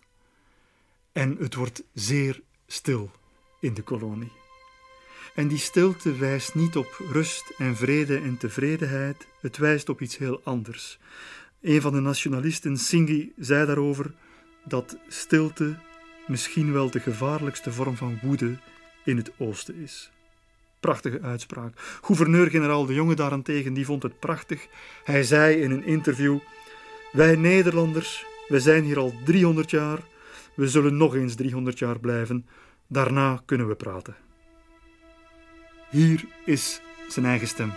S2: En het wordt zeer stil in de kolonie. En die stilte wijst niet op rust en vrede en tevredenheid, het wijst op iets heel anders. Een van de nationalisten, Singhi, zei daarover dat stilte misschien wel de gevaarlijkste vorm van woede in het oosten is. Prachtige uitspraak. Gouverneur-generaal De Jonge daarentegen, die vond het prachtig. Hij zei in een interview: wij Nederlanders, we zijn hier al driehonderd jaar, we zullen nog eens driehonderd jaar blijven, daarna kunnen we praten. Hier is zijn eigen stem.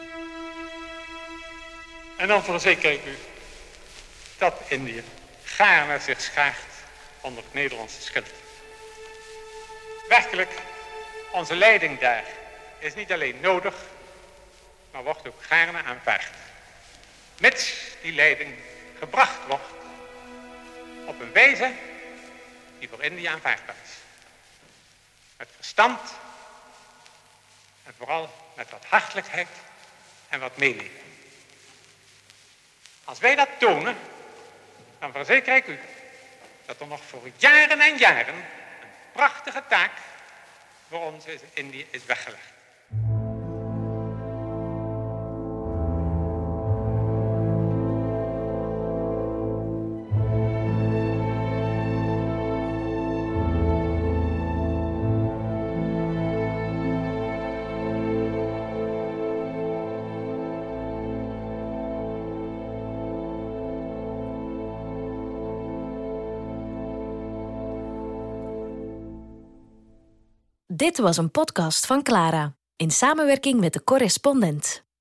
S15: En dan verzeker ik u dat Indië gaarne zich schaart onder het Nederlandse schild. Werkelijk, onze leiding daar is niet alleen nodig, maar wordt ook gaarne aanvaard. Mits die leiding gebracht wordt op een wijze die voor Indië aanvaardbaar is. Met verstand en vooral met wat hartelijkheid en wat meeleven. Als wij dat tonen, dan verzeker ik u dat er nog voor jaren en jaren een prachtige taak voor ons in Indië is weggelegd.
S1: Dit was een podcast van Clara, in samenwerking met de correspondent.